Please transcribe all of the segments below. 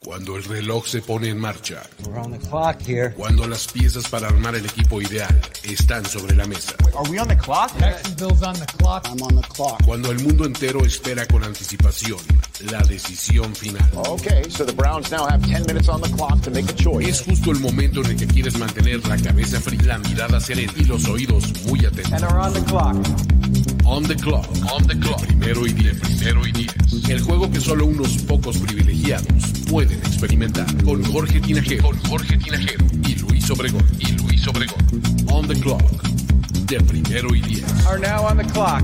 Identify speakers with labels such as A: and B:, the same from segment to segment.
A: Cuando el reloj se pone en marcha.
B: We're on the clock here.
A: Cuando las piezas para armar el equipo ideal están sobre la mesa.
B: Are we on the clock?
C: Jacksonville's on the clock.
D: I'm on the clock.
A: Cuando el mundo entero espera con anticipación la decisión final.
D: Okay, so the Browns now have 10 minutes on the clock to make a choice.
A: Es justo el momento en el que quieres mantener la cabeza fría, la mirada serena y los oídos muy atentos.
B: And we're on the clock.
A: On the clock. On the clock. Primero y 10. Primero y 10. El juego que solo unos pocos privilegiados pueden experimentar. Con Jorge Tinajero. Y Luis Obregón. On the clock. De Primero y 10.
B: Are now on the clock.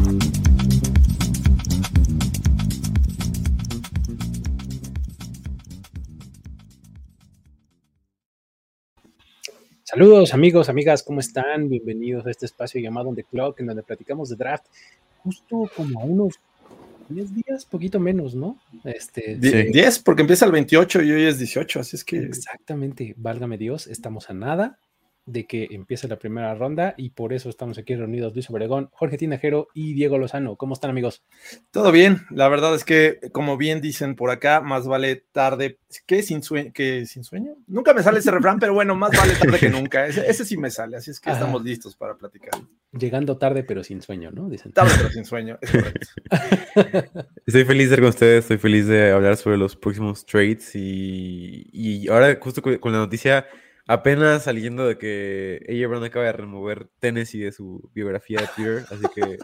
E: Saludos amigos, amigas, ¿cómo están? Bienvenidos a este espacio llamado On The Clock, en donde platicamos de draft justo como a unos 10 días, poquito menos, ¿no?
F: 10, porque empieza el 28 y hoy es 18, así es que...
E: Exactamente, válgame Dios, estamos a nada de que empiece la primera ronda y por eso estamos aquí reunidos Luis Obregón, Jorge Tinajero y Diego Lozano. ¿Cómo están, amigos?
F: Todo bien, la verdad es que, como bien dicen por acá, más vale tarde que sin sueño. Nunca me sale ese refrán, pero bueno, más vale tarde que nunca. Ese sí me sale, así es que estamos listos para platicar.
E: Llegando tarde, pero sin sueño, ¿no? Dicen.
F: Tarde, pero sin sueño, es correcto.
G: Estoy feliz de estar con ustedes, estoy feliz de hablar sobre los próximos trades y ahora justo con la noticia apenas saliendo de que A.J. Brown acaba de remover Tennessee de su biografía de Twitter, así que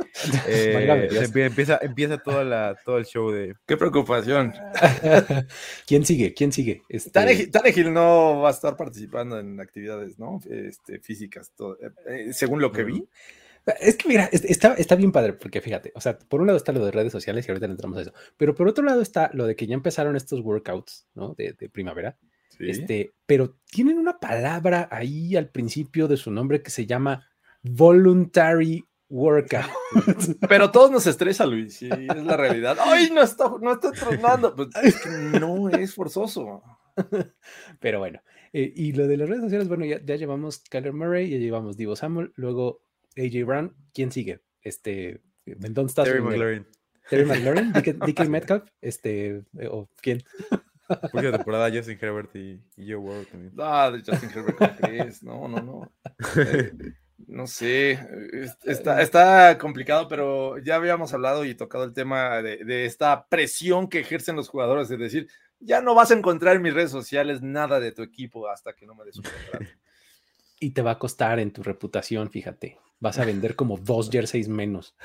G: empieza todo el show de...
F: ¡Qué preocupación!
E: ¿Quién sigue?
F: Tannehill no va a estar participando en actividades, ¿no? Físicas, según lo que vi.
E: Es que mira, está bien padre, porque fíjate, o sea, por un lado está lo de redes sociales y ahorita le entramos a eso, pero por otro lado está lo de que ya empezaron estos workouts, ¿no? De primavera. Sí. Pero tienen una palabra ahí al principio de su nombre que se llama voluntary workout.
F: Pero todos nos estresa, Luis, y es la realidad. ¡Ay, no estoy entrenando! Pues es que no es forzoso.
E: Pero bueno, y lo de las redes sociales, bueno, ya llevamos Kyler Murray, ya llevamos Deebo Samuel, luego A.J. Brown. ¿Quién sigue? ¿En dónde estás?
G: Terry McLaurin.
E: Terry McLaurin, DK Metcalf, ¿o quién?
G: Próxima temporada Justin Herbert y Joe Burrow también.
F: De Justin Herbert, ¿cómo crees? No. No sé, está complicado, pero ya habíamos hablado y tocado el tema de esta presión que ejercen los jugadores, de decir, ya no vas a encontrar en mis redes sociales nada de tu equipo hasta que no me des un contrato.
E: Y te va a costar en tu reputación, fíjate. Vas a vender como 2 jerseys menos.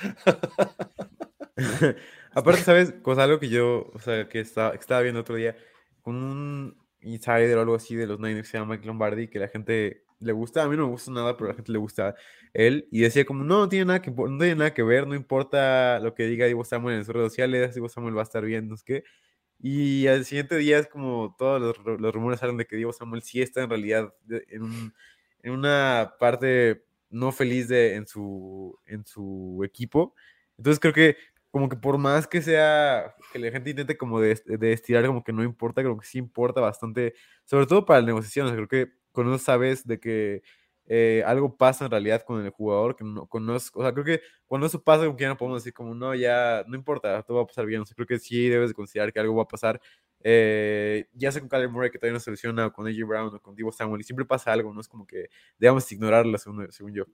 G: Aparte, ¿sabes? Algo que yo, que estaba viendo otro día, con un insider o algo así de los Niners que se llama Mike Lombardi, que la gente le gusta, a mí no me gusta nada, pero a la gente le gusta él, y decía como, no tiene nada que ver, no importa lo que diga Deebo Samuel en sus redes sociales, Deebo Samuel va a estar bien, no sé qué, y al siguiente día es como todos los rumores salen de que Deebo Samuel sí está en realidad en una parte no feliz en su equipo. Entonces creo que como que por más que sea, que la gente intente como de estirar como que no importa, creo que sí importa bastante, sobre todo para las negociaciones. Creo que cuando sabes de que algo pasa en realidad con el jugador, que no, o sea, creo que cuando eso pasa, como que ya no podemos decir como, no, ya no importa, todo va a pasar bien. O sea, creo que sí debes de considerar que algo va a pasar, ya sea con Kyler Murray, que todavía no se soluciona, o con A.J. Brown, o con Deebo Samuel, y siempre pasa algo, no es como que debamos ignorarlo, según yo.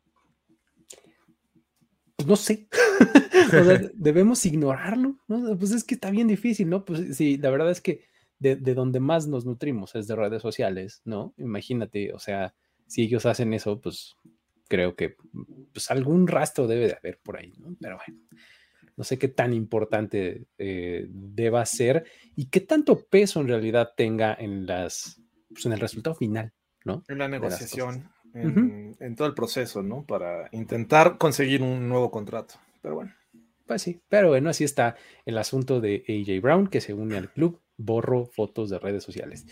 E: Pues no sé, o sea, debemos ignorarlo, ¿no? Pues es que está bien difícil, ¿no? Pues sí, la verdad es que de donde más nos nutrimos es de redes sociales, ¿no? Imagínate, o sea, si ellos hacen eso, pues creo que pues algún rastro debe de haber por ahí, ¿no? Pero bueno, no sé qué tan importante deba ser y qué tanto peso en realidad tenga en el resultado final, ¿no?
F: En la negociación. En todo el proceso, ¿no? Para intentar conseguir un nuevo contrato, pero bueno.
E: Pues sí, pero bueno, así está el asunto de A.J. Brown, que se une al club, borro fotos de redes sociales.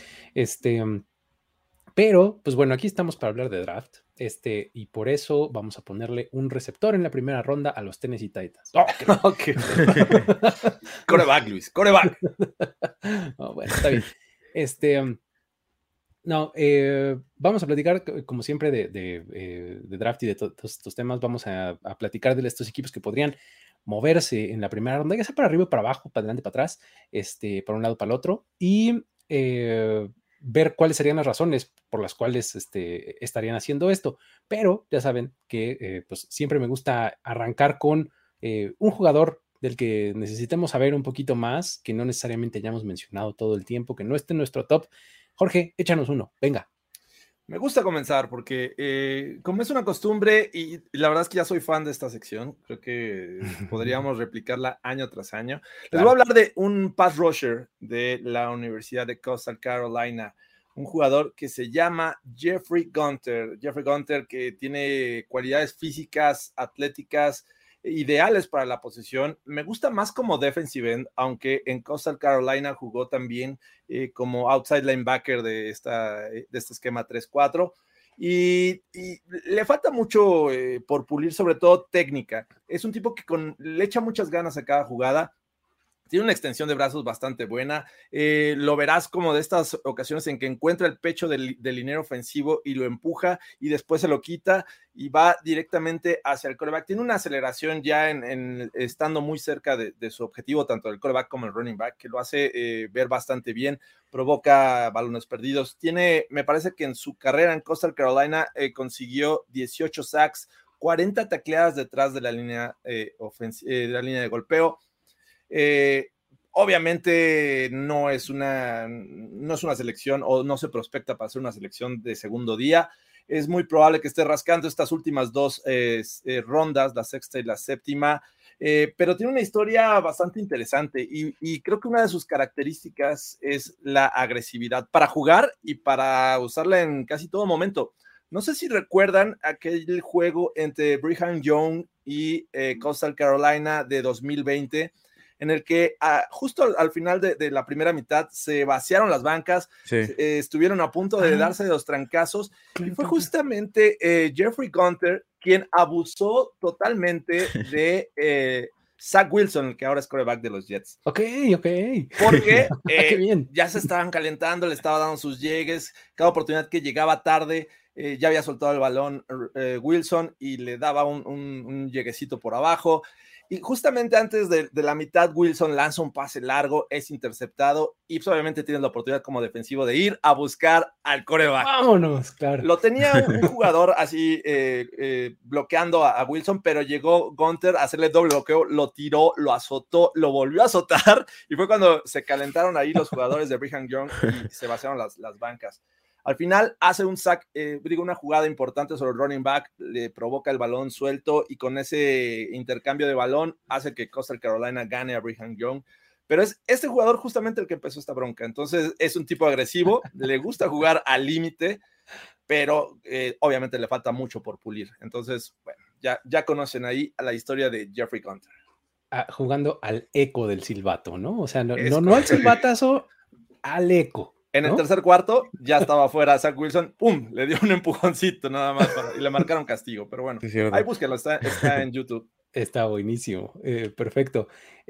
E: Pero, pues bueno, aquí estamos para hablar de draft, y por eso vamos a ponerle un receptor en la primera ronda a los Tennessee Titans.
F: Okay. Coreback, Luis, coreback.
E: Bueno, está bien. Vamos a platicar, como siempre, de draft y de todos estos temas. Vamos a platicar de estos equipos que podrían moverse en la primera ronda, ya sea para arriba y para abajo, para adelante y para atrás, para un lado para el otro. Y ver cuáles serían las razones por las cuales estarían haciendo esto. Pero ya saben que pues siempre me gusta arrancar con un jugador del que necesitemos saber un poquito más, que no necesariamente hayamos mencionado todo el tiempo, que no esté en nuestro top. Jorge, échanos uno, venga.
F: Me gusta comenzar porque como es una costumbre y la verdad es que ya soy fan de esta sección, creo que podríamos replicarla año tras año. Les voy a hablar de un pass rusher de la Universidad de Coastal Carolina, un jugador que se llama Jeffrey Gunter. Jeffrey Gunter, que tiene cualidades físicas, atléticas, ideales para la posición. Me gusta más como defensive end, aunque en Coastal Carolina jugó también como outside linebacker de este esquema 3-4. Y le falta mucho por pulir, sobre todo técnica. Es un tipo que le echa muchas ganas a cada jugada. Tiene una extensión de brazos bastante buena. Lo verás como de estas ocasiones en que encuentra el pecho del liniero ofensivo y lo empuja y después se lo quita y va directamente hacia el quarterback. Tiene una aceleración ya estando muy cerca de su objetivo, tanto el quarterback como el running back, que lo hace ver bastante bien. Provoca balones perdidos. Me parece que en su carrera en Coastal Carolina consiguió 18 sacks, 40 tacleadas detrás de la línea, de la línea de golpeo. Obviamente no es una selección o no se prospecta para ser una selección de segundo día. Es muy probable que esté rascando estas últimas dos rondas, la sexta y la séptima, pero tiene una historia bastante interesante y creo que una de sus características es la agresividad para jugar y para usarla en casi todo momento. No sé si recuerdan aquel juego entre Brigham Young y Coastal Carolina de 2020, en el que justo al final de la primera mitad se vaciaron las bancas, sí. Estuvieron a punto de darse los trancazos, y fue justamente Jeffrey Gunter quien abusó totalmente de Zach Wilson, el que ahora es quarterback de los Jets.
E: Ok.
F: Porque
E: Qué bien.
F: Ya se estaban calentando, le estaba dando sus llegues, cada oportunidad que llegaba tarde, ya había soltado el balón Wilson y le daba un lleguecito por abajo. Y justamente antes de la mitad, Wilson lanza un pase largo, es interceptado y pues, obviamente tienes la oportunidad como defensivo de ir a buscar al quarterback.
E: Vámonos, claro.
F: Lo tenía un jugador así bloqueando a Wilson, pero llegó Gunter a hacerle doble bloqueo, lo tiró, lo azotó, lo volvió a azotar y fue cuando se calentaron ahí los jugadores de Brigham Young y se vaciaron las bancas. Al final hace un sack, una jugada importante sobre el running back, le provoca el balón suelto y con ese intercambio de balón hace que Coastal Carolina gane a Brigham Young. Pero es este jugador justamente el que empezó esta bronca. Entonces es un tipo agresivo, le gusta jugar al límite, pero obviamente le falta mucho por pulir. Entonces, bueno, ya conocen ahí a la historia de Jeffrey Gunter.
E: Jugando al eco del silbato, ¿no? O sea, no al silbatazo, al eco.
F: En el tercer cuarto ya estaba afuera Zach Wilson, ¡pum! Le dio un empujoncito nada más y le marcaron castigo, pero bueno, sí, ahí búsquenlo, está en YouTube.
E: Está buenísimo, perfecto.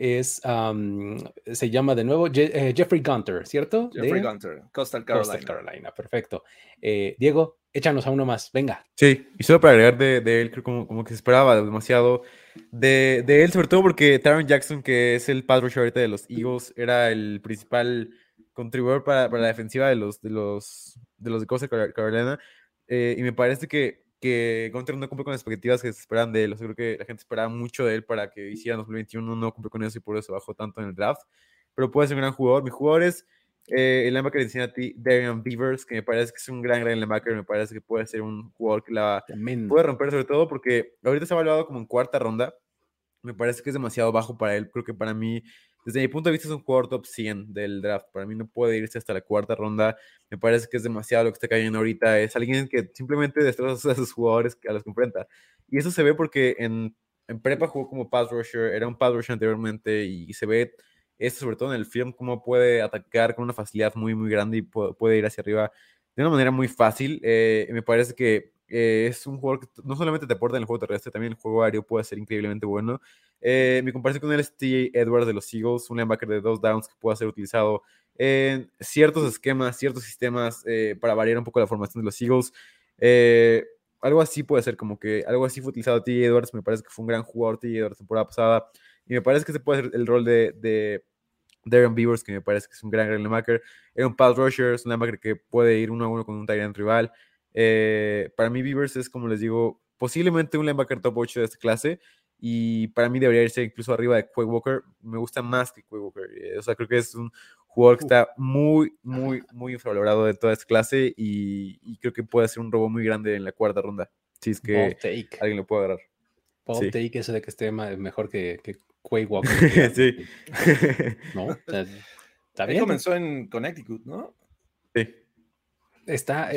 E: Se llama de nuevo Jeffrey Gunter, ¿cierto?
F: Jeffrey Gunter, Coastal Carolina.
E: Coastal Carolina, perfecto. Diego, échanos a uno más, venga.
G: Sí, y solo para agregar de él, creo como que se esperaba demasiado de él, sobre todo porque Tyron Jackson, que es el pass rusher ahorita de los Eagles, era el principal contribuidor para la defensiva de los de Coastal Carolina, y me parece que Gunter no cumple con las expectativas que se esperan de él. O sea, creo que la gente esperaba mucho de él para que hiciera 2021, no cumple con eso y por eso bajó tanto en el draft, pero puede ser un gran jugador. Mi jugador es el linebacker de Cincinnati, Darian Beavers, que me parece que es un gran linebacker, me parece que puede ser un jugador que la puede romper, sobre todo porque ahorita se ha evaluado como en cuarta ronda. Me parece que es demasiado bajo para él. Creo que para mí, desde mi punto de vista, es un jugador top 100 del draft. Para mí no puede irse hasta la cuarta ronda. Me parece que es demasiado lo que está cayendo ahorita. Es alguien que simplemente destroza a sus jugadores a los que enfrenta. Y eso se ve porque en prepa jugó como pass rusher, era un pass rusher anteriormente, y se ve esto sobre todo en el film, cómo puede atacar con una facilidad muy, muy grande y puede ir hacia arriba de una manera muy fácil. Me parece que es un jugador que no solamente te aporta en el juego terrestre, también el juego aéreo puede ser increíblemente bueno. Mi comparación con él es T. Edwards de los Eagles, un linebacker de 2 downs que puede ser utilizado en ciertos esquemas, ciertos sistemas, para variar un poco la formación de los Eagles. Algo así puede ser, como que algo así fue utilizado T. Edwards. Me parece que fue un gran jugador T. Edwards temporada pasada, y me parece que se puede hacer el rol de Darren Beavers, que me parece que es un gran linebacker. Es un pass rusher, es un linebacker que puede ir 1-1 con un tight end rival. Para mí Beavers es, como les digo, posiblemente un linebacker top 8 de esta clase, y para mí debería irse incluso arriba de Quay Walker. Me gusta más que Quay Walker. O sea, creo que es un jugador que está muy infravalorado de toda esta clase, y creo que puede hacer un robo muy grande en la cuarta ronda, si es que alguien lo puede agarrar.
E: Bold take, eso de que esté mejor que Quay Walker.
G: Sí.
E: ¿No? O sea, está
F: Él
E: bien.
F: comenzó en Connecticut, ¿no?
G: Sí.
E: Está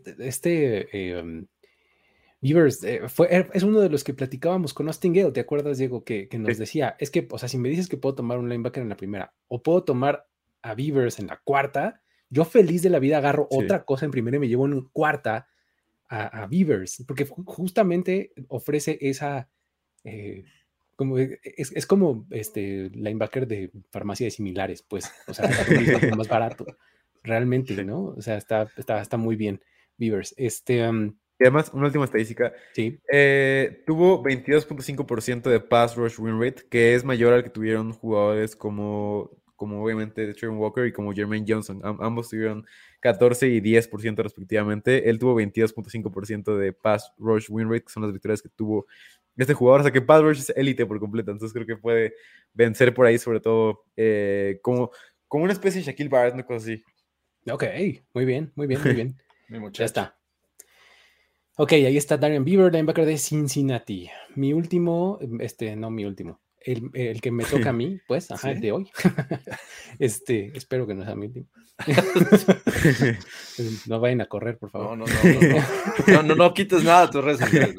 E: Beavers es uno de los que platicábamos con Austin Gale, ¿te acuerdas, Diego? Que nos decía, es que, o sea, si me dices que puedo tomar un linebacker en la primera o puedo tomar a Beavers en la cuarta, yo feliz de la vida agarro otra cosa en primera y me llevo en cuarta a Beavers, porque justamente ofrece esa como es como linebacker de farmacia de similares, pues, o sea, es más barato, realmente, ¿no? O sea, está muy bien Beavers.
G: Y además, una última estadística.
E: Sí.
G: Tuvo 22.5% de pass rush win rate, que es mayor al que tuvieron jugadores como obviamente Trevor Walker y como Jermaine Johnson. Ambos tuvieron 14 y 10% respectivamente. Él tuvo 22.5% de pass rush win rate, que son las victorias que tuvo este jugador. O sea que pass rush es élite por completo. Entonces creo que puede vencer por ahí, sobre todo como una especie de Shaquille Barrett, una cosa así.
E: Ok, muy bien. Ya está. Ok, ahí está Darren Beaver, linebacker de Cincinnati. Mi último, no mi último, el que me toca a mí, pues, ajá, el de hoy. Espero que no sea mi último. No vayan a correr, por favor.
F: No quites nada de tus redes sociales.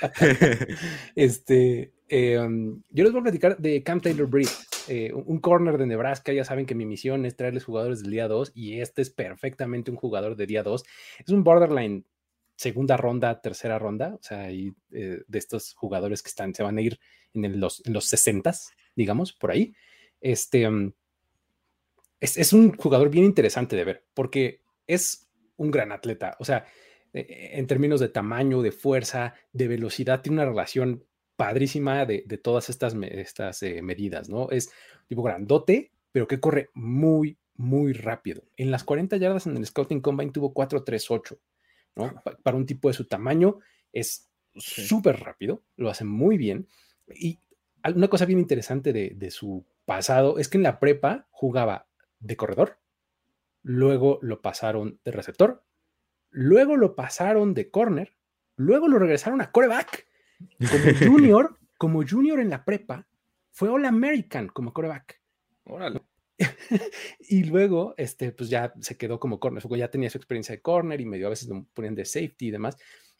E: Yo les voy a platicar de Cam Taylor-Britt, un corner de Nebraska. Ya saben que mi misión es traerles jugadores del día 2 y este es perfectamente un jugador de día 2. Es un borderline segunda ronda, tercera ronda, o sea, de estos jugadores que se van a ir en los 60s, digamos, por ahí. Es un jugador bien interesante de ver, porque es un gran atleta, o sea, en términos de tamaño, de fuerza, de velocidad, tiene una relación padrísima de todas estas medidas, ¿no? Es tipo grandote, pero que corre muy rápido. En las 40 yardas en el Scouting Combine tuvo 4.38, ¿no? Para un tipo de su tamaño es súper rápido, lo hace muy bien. Y una cosa bien interesante de su pasado es que en la prepa jugaba de corredor, luego lo pasaron de receptor, luego lo pasaron de corner, luego lo regresaron a quarterback. Como junior en la prepa, fue All-American como quarterback.
F: Órale.
E: Y luego, pues ya se quedó como corner, ya tenía su experiencia de corner y medio a veces lo ponían de safety y demás.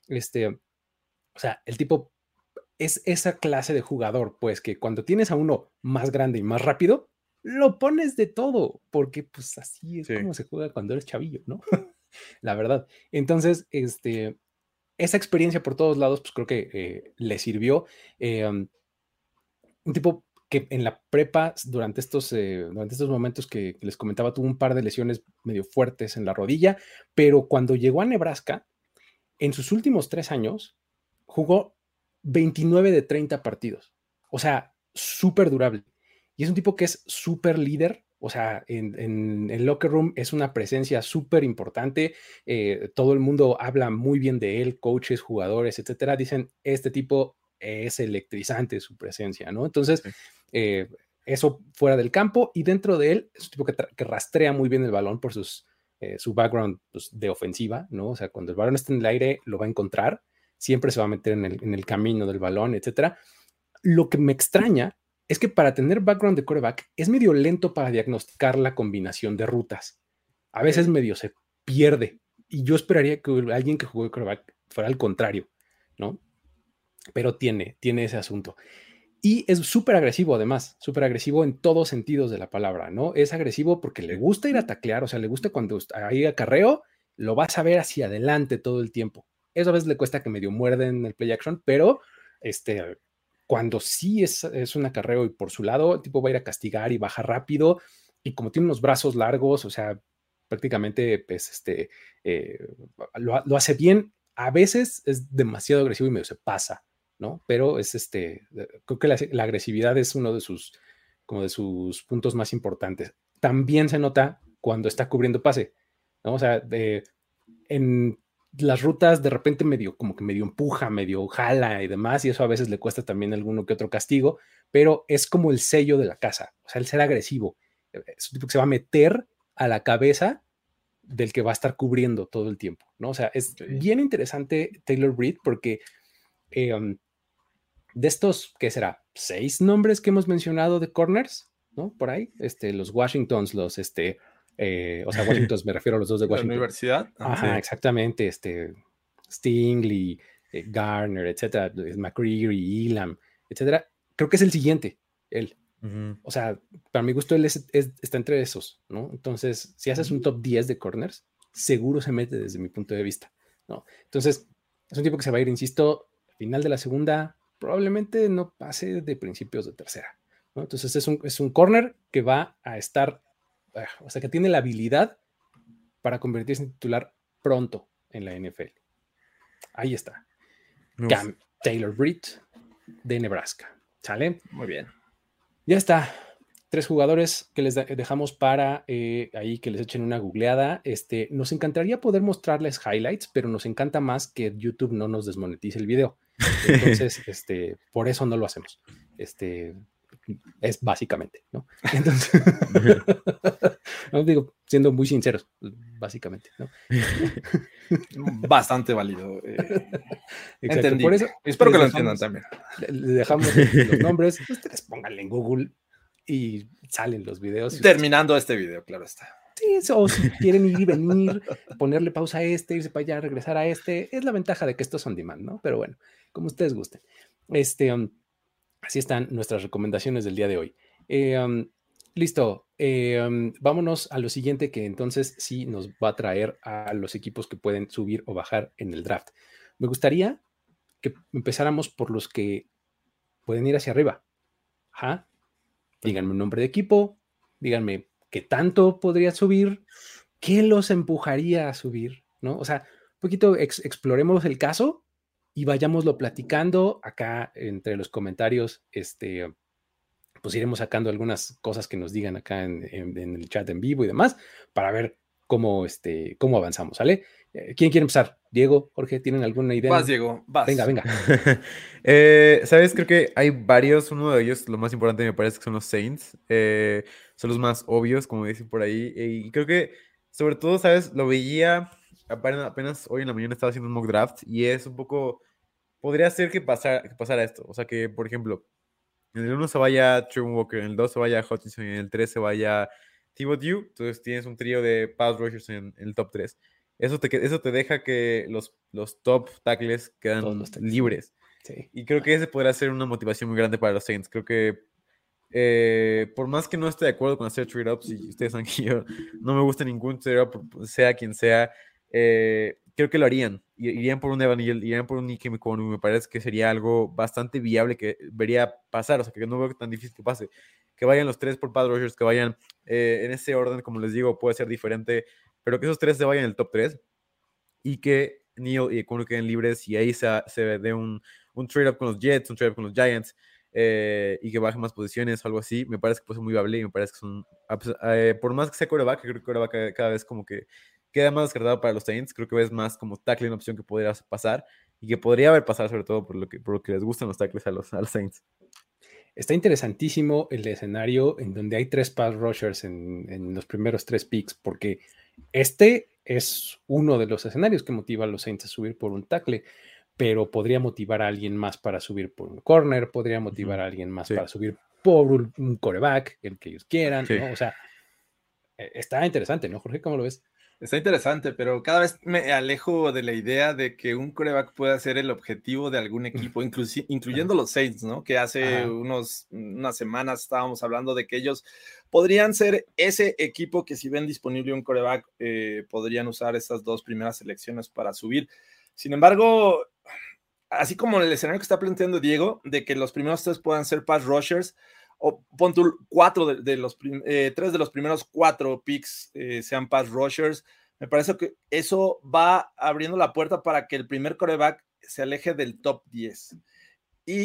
E: O sea, el tipo es esa clase de jugador, pues, que cuando tienes a uno más grande y más rápido, lo pones de todo, porque pues así es como se juega cuando eres chavillo, ¿no? La verdad. Entonces, esa experiencia por todos lados, pues creo que le sirvió. Un tipo que en la prepa, durante estos momentos que les comentaba, tuvo un par de lesiones medio fuertes en la rodilla, pero cuando llegó a Nebraska, en sus últimos 3 años, jugó 29 de 30 partidos. O sea, súper durable. Y es un tipo que es súper líder. O sea, en el locker room es una presencia súper importante. Todo el mundo habla muy bien de él, coaches, jugadores, etcétera. Dicen, este tipo es electrizante su presencia, ¿no? Entonces, eso fuera del campo, y dentro de él es un tipo que rastrea muy bien el balón por su background, pues, de ofensiva, ¿no? O sea, cuando el balón está en el aire, lo va a encontrar, siempre se va a meter en el camino del balón, etcétera. Lo que me extraña es que para tener background de quarterback es medio lento para diagnosticar la combinación de rutas. A veces medio se pierde, y yo esperaría que alguien que jugó de quarterback fuera al contrario, ¿no? Pero tiene ese asunto. Y es súper agresivo, además, súper agresivo en todos sentidos de la palabra, ¿no? Es agresivo porque le gusta ir a taclear, o sea, le gusta cuando hay acarreo, lo vas a ver hacia adelante todo el tiempo. Eso a veces le cuesta que medio muerde en el play action, pero cuando sí es un acarreo y por su lado, el tipo va a ir a castigar y baja rápido, y como tiene unos brazos largos, o sea, prácticamente pues, lo hace bien. A veces es demasiado agresivo y medio se pasa, ¿no? Pero creo que la agresividad es uno de sus como de sus puntos más importantes. También se nota cuando está cubriendo pase, ¿no? O sea, en las rutas de repente como que medio empuja, medio jala y demás, y eso a veces le cuesta también alguno que otro castigo, pero es como el sello de la casa, o sea, el ser agresivo. Es un tipo que se va a meter a la cabeza del que va a estar cubriendo todo el tiempo, ¿no? O sea, es bien interesante Taylor Britt porque de estos, ¿qué será? 6 nombres que hemos mencionado de corners, ¿no? Por ahí, los Washingtons, o sea, Washingtons me refiero a los dos de
F: La
E: Washington.
F: universidad.
E: Ajá,
G: sí.
E: exactamente, Stingley, Garner, etcétera, McCreary, Elam, etcétera. Creo que es el siguiente, él. O sea, para mi gusto, él está entre esos, ¿no? Entonces, si haces un top 10 de corners, seguro se mete desde mi punto de vista, ¿no? Entonces, es un tipo que se va a ir, insisto, al final de la segunda, probablemente no pase de principios de tercera, ¿no? Entonces, es un corner que va a estar, o sea, que tiene la habilidad para convertirse en titular pronto en la NFL. Ahí está. Cam Taylor Britt de Nebraska. ¿Sale?
F: Muy bien.
E: Ya está. 3 jugadores que les dejamos para ahí que les echen una googleada. Nos encantaría poder mostrarles highlights, pero nos encanta más que YouTube no nos desmonetice el video. Entonces, por eso no lo hacemos. Es básicamente, ¿no? Entonces, no digo, siendo muy sinceros, básicamente, ¿no?
F: Bastante válido.
E: Exacto. Por eso,
F: espero que lo entiendan también.
E: Le dejamos los nombres, ustedes pónganle en Google y salen los videos.
F: Terminando este video, claro está.
E: Sí, o si quieren ir y venir, ponerle pausa a irse para allá, regresar a es la ventaja de que esto es on demand, ¿no? Pero bueno, como ustedes gusten. Así están nuestras recomendaciones del día de hoy. Listo. Vámonos a lo siguiente, que entonces sí nos va a traer a los equipos que pueden subir o bajar en el draft. Me gustaría que empezáramos por los que pueden ir hacia arriba. Ajá. Díganme un nombre de equipo, díganme qué tanto podría subir, qué los empujaría a subir, ¿no? O sea, un poquito exploremos el caso y vayámoslo platicando acá entre los comentarios. Pues iremos sacando algunas cosas que nos digan acá en el chat en vivo y demás para ver cómo avanzamos, ¿sale? ¿Quién quiere empezar? Diego, Jorge, ¿tienen alguna idea?
F: Vas, Diego, vas.
E: Venga.
G: ¿Sabes? Creo que hay varios. Uno de ellos, lo más importante me parece que son los Saints. Son los más obvios, como dicen por ahí. Y creo que, sobre todo, ¿sabes? Lo veía apenas hoy en la mañana estaba haciendo un mock draft y es un poco... Podría ser que pasara esto. O sea, que, por ejemplo, en el 1 se vaya Trevor Walker, en el 2 se vaya Hutchinson y en el 3 se vaya Thibodeau. Entonces tienes un trío de pass rushers en el top 3. Eso te deja que los top tackles quedan libres.
E: Sí.
G: Y creo que ese podrá ser una motivación muy grande para los Saints. Creo que por más que no esté de acuerdo con hacer trade-ups, y ustedes saben que yo no me gusta ningún trade-up, sea quien sea, creo que lo harían. Irían por un Evan Neal, irían por un Nicky McConnell. Me parece que sería algo bastante viable que vería pasar. O sea, que no veo tan difícil que pase. Que vayan los 3 por pass rushers, que vayan en ese orden, como les digo, puede ser diferente, pero que esos 3 se vayan en el top 3 y que Neal y McConnell queden libres y ahí se dé un trade-up con los Jets, un trade-up con los Giants, y que bajen más posiciones o algo así. Me parece que puede ser muy viable y me parece que son, por más que sea quarterback, creo que quarterback cada vez como que queda más descartado para los Saints. Creo que ves más como tackle una opción que podría pasar y que podría haber pasado, sobre todo por lo que les gustan los tackles a los Saints.
E: Está interesantísimo el escenario en donde hay 3 pass rushers en los primeros 3 picks, porque es uno de los escenarios que motiva a los Saints a subir por un tackle, pero podría motivar a alguien más para subir por un corner, podría motivar a alguien más para subir por un quarterback, el que ellos quieran, ¿no? O sea, está interesante, ¿no, Jorge? ¿Cómo lo ves?
F: Está interesante, pero cada vez me alejo de la idea de que un quarterback pueda ser el objetivo de algún equipo, incluyendo los Saints, ¿no? Que hace unas semanas estábamos hablando de que ellos podrían ser ese equipo que si ven disponible un quarterback, podrían usar estas 2 primeras selecciones para subir. Sin embargo, así como el escenario que está planteando Diego, de que los primeros 3 puedan ser pass rushers, o pon tú 3 de los primeros 4 picks sean pass rushers, me parece que eso va abriendo la puerta para que el primer quarterback se aleje del top 10 y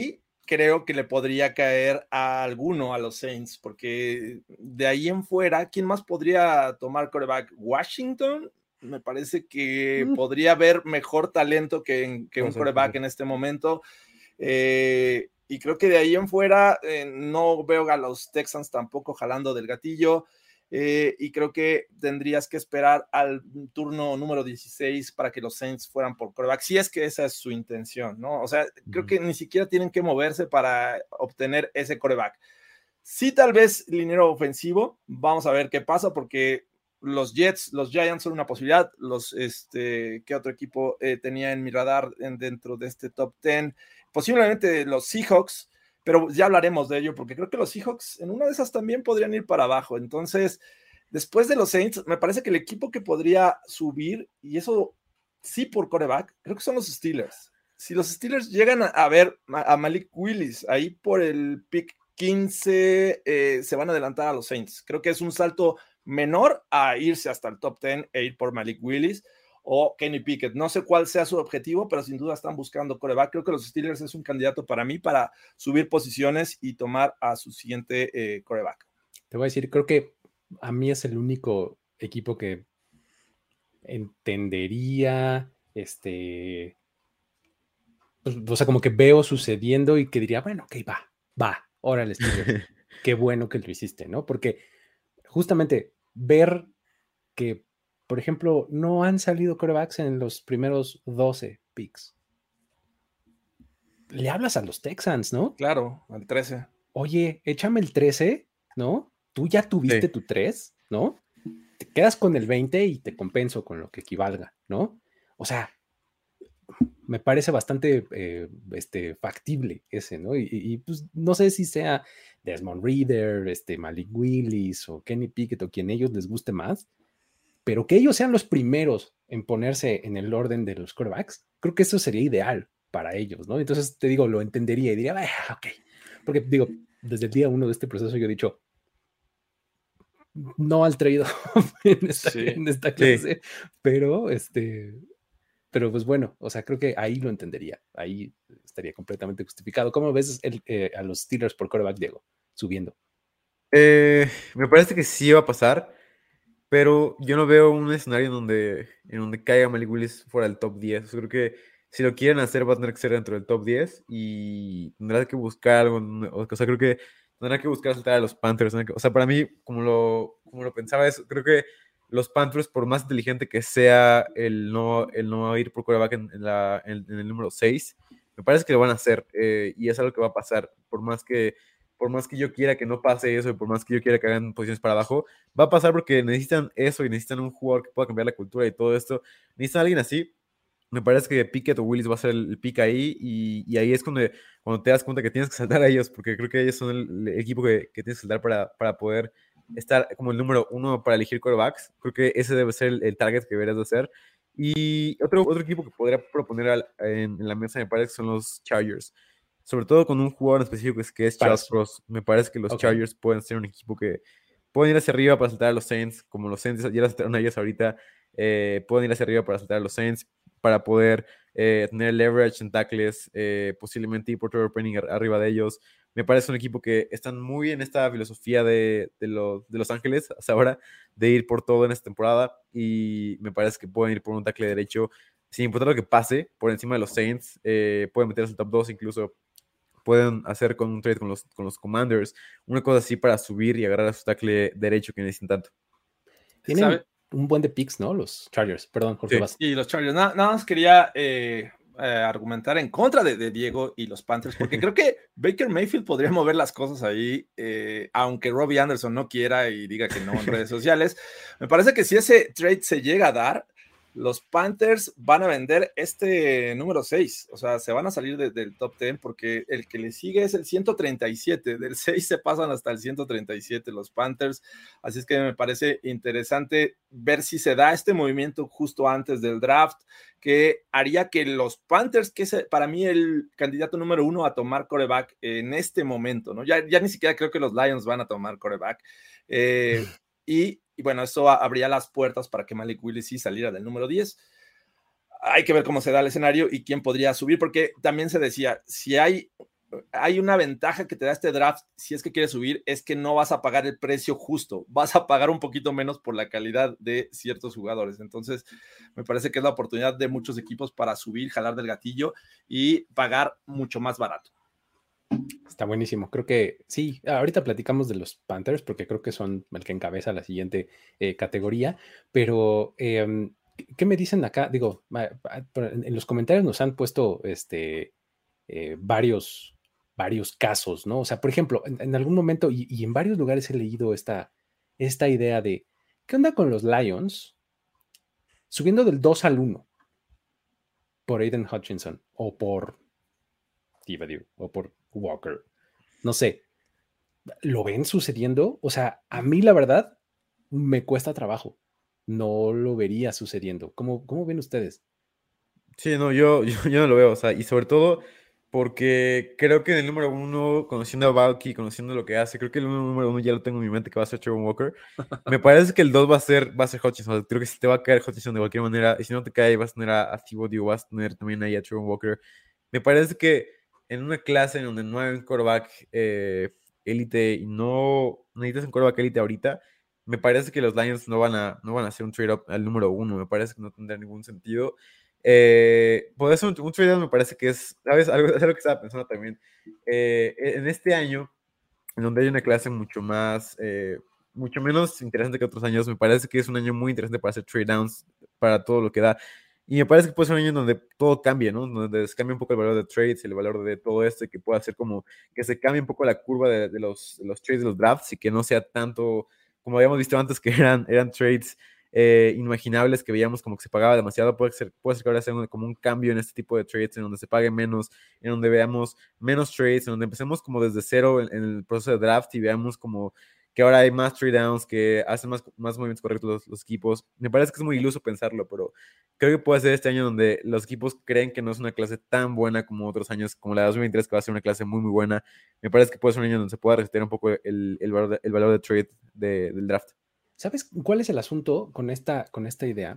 F: creo que le podría caer a alguno a los Saints, porque de ahí en fuera, ¿quién más podría tomar quarterback? ¿Washington? Me parece que podría haber mejor talento que un quarterback en este momento. Y creo que de ahí en fuera no veo a los Texans tampoco jalando del gatillo. Y creo que tendrías que esperar al turno número 16 para que los Saints fueran por quarterback, si es que esa es su intención, ¿no? O sea, creo que ni siquiera tienen que moverse para obtener ese quarterback. Sí, tal vez liniero ofensivo, vamos a ver qué pasa, porque los Jets, los Giants son una posibilidad. ¿Qué otro equipo tenía en mi radar dentro de este top 10? Posiblemente los Seahawks, pero ya hablaremos de ello, porque creo que los Seahawks en una de esas también podrían ir para abajo. Entonces, después de los Saints, me parece que el equipo que podría subir, y eso sí por quarterback, creo que son los Steelers. Si los Steelers llegan a ver a Malik Willis ahí por el pick 15, se van a adelantar a los Saints. Creo que es un salto menor a irse hasta el top 10 e ir por Malik Willis o Kenny Pickett. No sé cuál sea su objetivo, pero sin duda están buscando quarterback. Creo que los Steelers es un candidato para mí para subir posiciones y tomar a su siguiente quarterback.
E: Te voy a decir, creo que a mí es el único equipo que entendería, pues, o sea, como que veo sucediendo y que diría, bueno, ok, va, órale, Steelers. Qué bueno que lo hiciste, ¿no? Porque justamente ver que, por ejemplo, no han salido quarterbacks en los primeros 12 picks. Le hablas a los Texans, ¿no?
F: Claro, al 13.
E: Oye, échame el 13, ¿no? Tú ya tuviste tu 3, ¿no? Te quedas con el 20 y te compenso con lo que equivalga, ¿no? O sea, me parece bastante factible ese, ¿no? Y pues no sé si sea Desmond Ridder, Malik Willis o Kenny Pickett o quien ellos les guste más, pero que ellos sean los primeros en ponerse en el orden de los quarterbacks, creo que eso sería ideal para ellos, ¿no? Entonces, te digo, lo entendería y diría, ok, porque digo, desde el día 1 de este proceso yo he dicho, no al traído en esta clase, pero pues bueno, o sea, creo que ahí lo entendería, ahí estaría completamente justificado. ¿Cómo ves a los Steelers por quarterback, Diego, subiendo?
G: Me parece que sí va a pasar, pero yo no veo un escenario en donde caiga Malik Willis fuera del top 10. O sea, creo que si lo quieren hacer va a tener que ser dentro del top 10 y tendrá que buscar algo, o sea, creo que tendrá que buscar saltar a los Panthers. O sea, para mí, como lo pensaba, creo que los Panthers, por más inteligente que sea el no ir por quarterback en el número 6, me parece que lo van a hacer, y es algo que va a pasar, por más que yo quiera que no pase eso, y por más que yo quiera que hagan posiciones para abajo, va a pasar porque necesitan eso y necesitan un jugador que pueda cambiar la cultura y todo esto. Necesitan a alguien así. Me parece que Pickett o Willis va a ser el pick ahí, y ahí es cuando te das cuenta que tienes que saltar a ellos, porque creo que ellos son el equipo que tienes que saltar para poder estar como el número 1 para elegir quarterbacks. Creo que ese debe ser el target que deberías de hacer. Y otro equipo que podría proponer en la mesa, me parece que son los Chargers, sobre todo con un jugador en específico que es Charles Cross. Me parece que los Chargers pueden ser un equipo que pueden ir hacia arriba para saltar a los Saints, como los Saints ya las saltaron a ellos ahorita. Pueden ir hacia arriba para saltar a los Saints, para poder tener leverage en tackles, posiblemente ir por Trevor Penning arriba de ellos. Me parece un equipo que están muy en esta filosofía de Los Ángeles hasta ahora, de ir por todo en esta temporada, y me parece que pueden ir por un tackle derecho sin importar lo que pase, por encima de los Saints. Pueden meterse al top 2 incluso. Pueden hacer con un trade con los Commanders, una cosa así para subir y agarrar a su tackle derecho que necesitan tanto.
E: Tienen un buen de picks, ¿no? Los Chargers, perdón, Jorge.
F: Sí, y los Chargers. Nada más quería argumentar en contra de Diego y los Panthers, porque creo que Baker Mayfield podría mover las cosas ahí, aunque Robbie Anderson no quiera y diga que no en redes sociales. Me parece que si ese trade se llega a dar, los Panthers van a vender número 6, o sea, se van a salir del top 10, porque el que le sigue es el 137, del 6 se pasan hasta el 137 los Panthers, así es que me parece interesante ver si se da este movimiento justo antes del draft, que haría que los Panthers, que es para mí el candidato número 1 a tomar quarterback en este momento, ¿no? Ya ni siquiera creo que los Lions van a tomar quarterback, y bueno, eso abría las puertas para que Malik Willis sí saliera del número 10. Hay que ver cómo se da el escenario y quién podría subir, porque también se decía, si hay hay una ventaja que te da este draft si es que quieres subir, es que no vas a pagar el precio justo, vas a pagar un poquito menos por la calidad de ciertos jugadores. Entonces, me parece que es la oportunidad de muchos equipos para subir, jalar del gatillo y pagar mucho más barato.
E: Está buenísimo. Creo que sí, ahorita platicamos de los Panthers porque creo que son el que encabeza la siguiente categoría, pero ¿qué me dicen acá? Digo, en los comentarios nos han puesto varios casos, ¿no? O sea, por ejemplo, en algún momento y en varios lugares he leído esta idea de, ¿qué onda con los Lions subiendo del 2 al 1 por Aiden Hutchinson o por Thibodeau o por Walker? No sé, ¿lo ven sucediendo? O sea, a mí la verdad me cuesta trabajo. No lo vería sucediendo. ¿Cómo ven ustedes?
G: Sí, no, yo no lo veo, o sea, y sobre todo porque creo que en el número 1, conociendo a Valky, conociendo lo que hace, creo que el número 1 ya lo tengo en mi mente que va a ser Trevor Walker. Me parece que el 2 va a ser Hutchinson. O sea, creo que si te va a caer Hutchinson de cualquier manera, y si no te cae, vas a tener a Thibodeau, vas a tener también ahí a Trevor Walker. Me parece que en una clase en donde no hay un quarterback élite y no necesitas un quarterback élite ahorita, me parece que los Lions no van a hacer un trade-up al número 1. Me parece que no tendrá ningún sentido. Por eso un trade-down me parece que es, ¿sabes? Es algo que estaba pensando también. En este año, en donde hay una clase mucho menos interesante que otros años, me parece que es un año muy interesante para hacer trade-downs, para todo lo que da. Y me parece que puede ser un año en donde todo cambie, ¿no? Donde se cambie un poco el valor de trades, el valor de todo esto, y que pueda hacer como que se cambie un poco la curva de los trades de los drafts y que no sea tanto, como habíamos visto antes, que eran trades inimaginables, que veíamos como que se pagaba demasiado. Puede ser que ahora sea como un cambio en este tipo de trades, en donde se pague menos, en donde veamos menos trades, en donde empecemos como desde cero en el proceso de draft y veamos como que ahora hay más trade downs, que hacen más movimientos correctos los equipos. Me parece que es muy iluso pensarlo, pero creo que puede ser este año donde los equipos creen que no es una clase tan buena como otros años, como la de 2023, que va a ser una clase muy, muy buena. Me parece que puede ser un año donde se pueda resetear un poco el valor de trade del draft.
E: ¿Sabes cuál es el asunto con esta idea?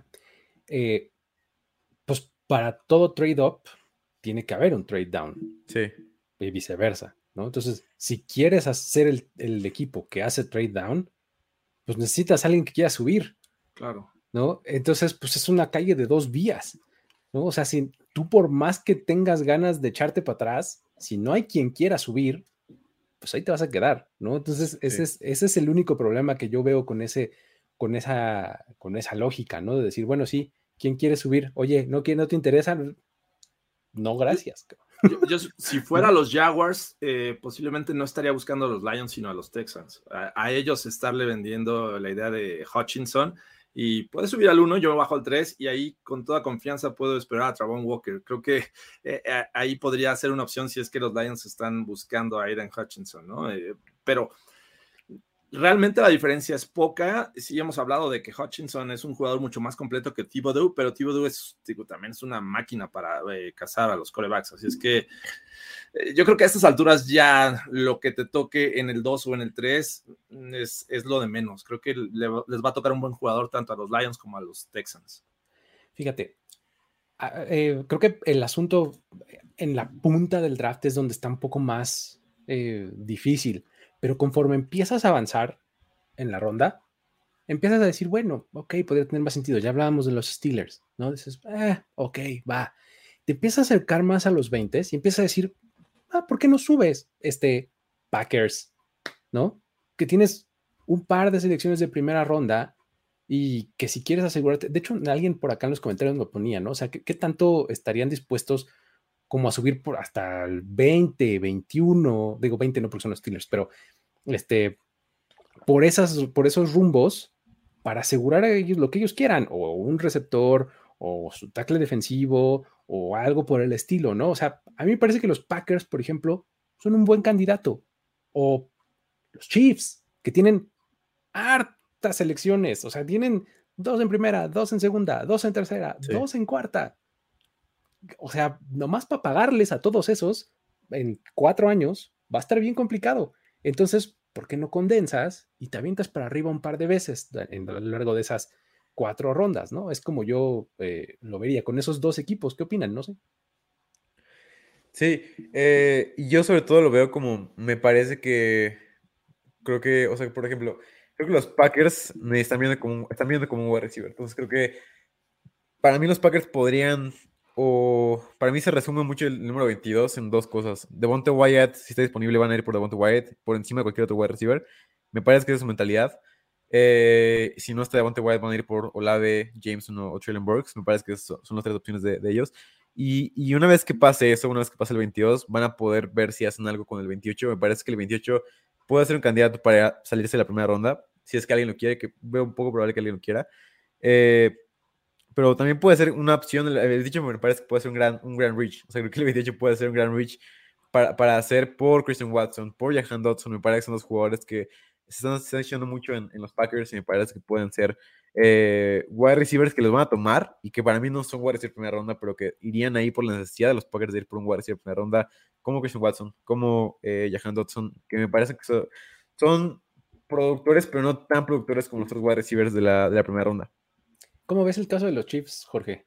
E: Pues para todo trade-up tiene que haber un trade-down.
G: Sí.
E: Y viceversa, ¿no? Entonces, si quieres hacer el equipo que hace trade-down, pues necesitas a alguien que quiera subir.
F: Claro.
E: ¿No? Entonces, pues es una calle de dos vías, ¿no? O sea, si tú por más que tengas ganas de echarte para atrás, si no hay quien quiera subir, pues ahí te vas a quedar, ¿no? Entonces, ese es el único problema que yo veo con esa lógica, ¿no? De decir, bueno, sí, ¿quién quiere subir? Oye, ¿no te interesa? No, gracias.
F: Yo si fuera los Jaguars, posiblemente no estaría buscando a los Lions, sino a los Texans. A ellos estarle vendiendo la idea de Hutchinson y puede subir al 1, yo me bajo al 3 y ahí con toda confianza puedo esperar a Travon Walker. Creo que ahí podría ser una opción si es que los Lions están buscando a Aiden Hutchinson, ¿no? Pero realmente la diferencia es poca. Sí hemos hablado de que Hutchinson es un jugador mucho más completo que Thibodeau, pero Thibodeau también es una máquina para cazar a los quarterbacks. Así es que yo creo que a estas alturas ya lo que te toque en el 2 o en el 3 es lo de menos. Creo que les va a tocar un buen jugador tanto a los Lions como a los Texans.
E: Fíjate, creo que el asunto en la punta del draft es donde está un poco más difícil, pero conforme empiezas a avanzar en la ronda, empiezas a decir, bueno, ok, podría tener más sentido. Ya hablábamos de los Steelers, ¿no? Dices, ok, va. Te empiezas a acercar más a los 20 y empiezas a decir, ¿por qué no subes Packers, ¿no? Que tienes un par de selecciones de primera ronda y que si quieres asegurarte, de hecho, alguien por acá en los comentarios me ponía, ¿no? O sea, ¿qué tanto estarían dispuestos como a subir por hasta el 20, 21, digo 20 no porque son los Steelers, pero por esos rumbos para asegurar a ellos lo que ellos quieran, o un receptor, o su tackle defensivo, o algo por el estilo, ¿no? O sea, a mí me parece que los Packers, por ejemplo, son un buen candidato, o los Chiefs, que tienen hartas selecciones, o sea, tienen 2 en primera, 2 en segunda, 2 en tercera, 2 en cuarta. O sea, nomás para pagarles a todos esos en 4 años va a estar bien complicado. Entonces, ¿por qué no condensas y te avientas para arriba un par de veces a lo largo de esas 4 rondas, ¿no? Es como yo lo vería con esos 2 equipos. ¿Qué opinan? No sé.
G: Sí, y yo sobre todo lo veo como, me parece que, creo que, o sea, por ejemplo, creo que los Packers me están viendo como un wide receiver. Entonces creo que para mí los Packers podrían, o para mí se resume mucho el número 22 en dos cosas. Devonte Wyatt, si está disponible, van a ir por Devonte Wyatt por encima de cualquier otro wide receiver. Me parece que esa es su mentalidad. Si no está Devonte Wyatt, van a ir por Olave, Jameson o Traylon Burks. Me parece que son las tres opciones de ellos. Y una vez que pase eso, una vez que pase el 22, van a poder ver si hacen algo con el 28. Me parece que el 28 puede ser un candidato para salirse de la primera ronda, si es que alguien lo quiere, que veo un poco probable que alguien lo quiera. Pero también puede ser una opción, el 28 me parece que puede ser un gran reach. O sea, creo que el 28 puede ser un gran reach para hacer por Christian Watson, por Jahan Dotson. Me parece que son dos jugadores que se están echando mucho en los Packers y me parece que pueden ser wide receivers que los van a tomar y que para mí no son wide receivers de primera ronda, pero que irían ahí por la necesidad de los Packers de ir por un wide receiver de primera ronda, como Christian Watson, como Jahan Dotson, que me parece que son productores, pero no tan productores como los otros wide receivers de la primera ronda.
E: ¿Cómo ves el caso de los Chiefs, Jorge?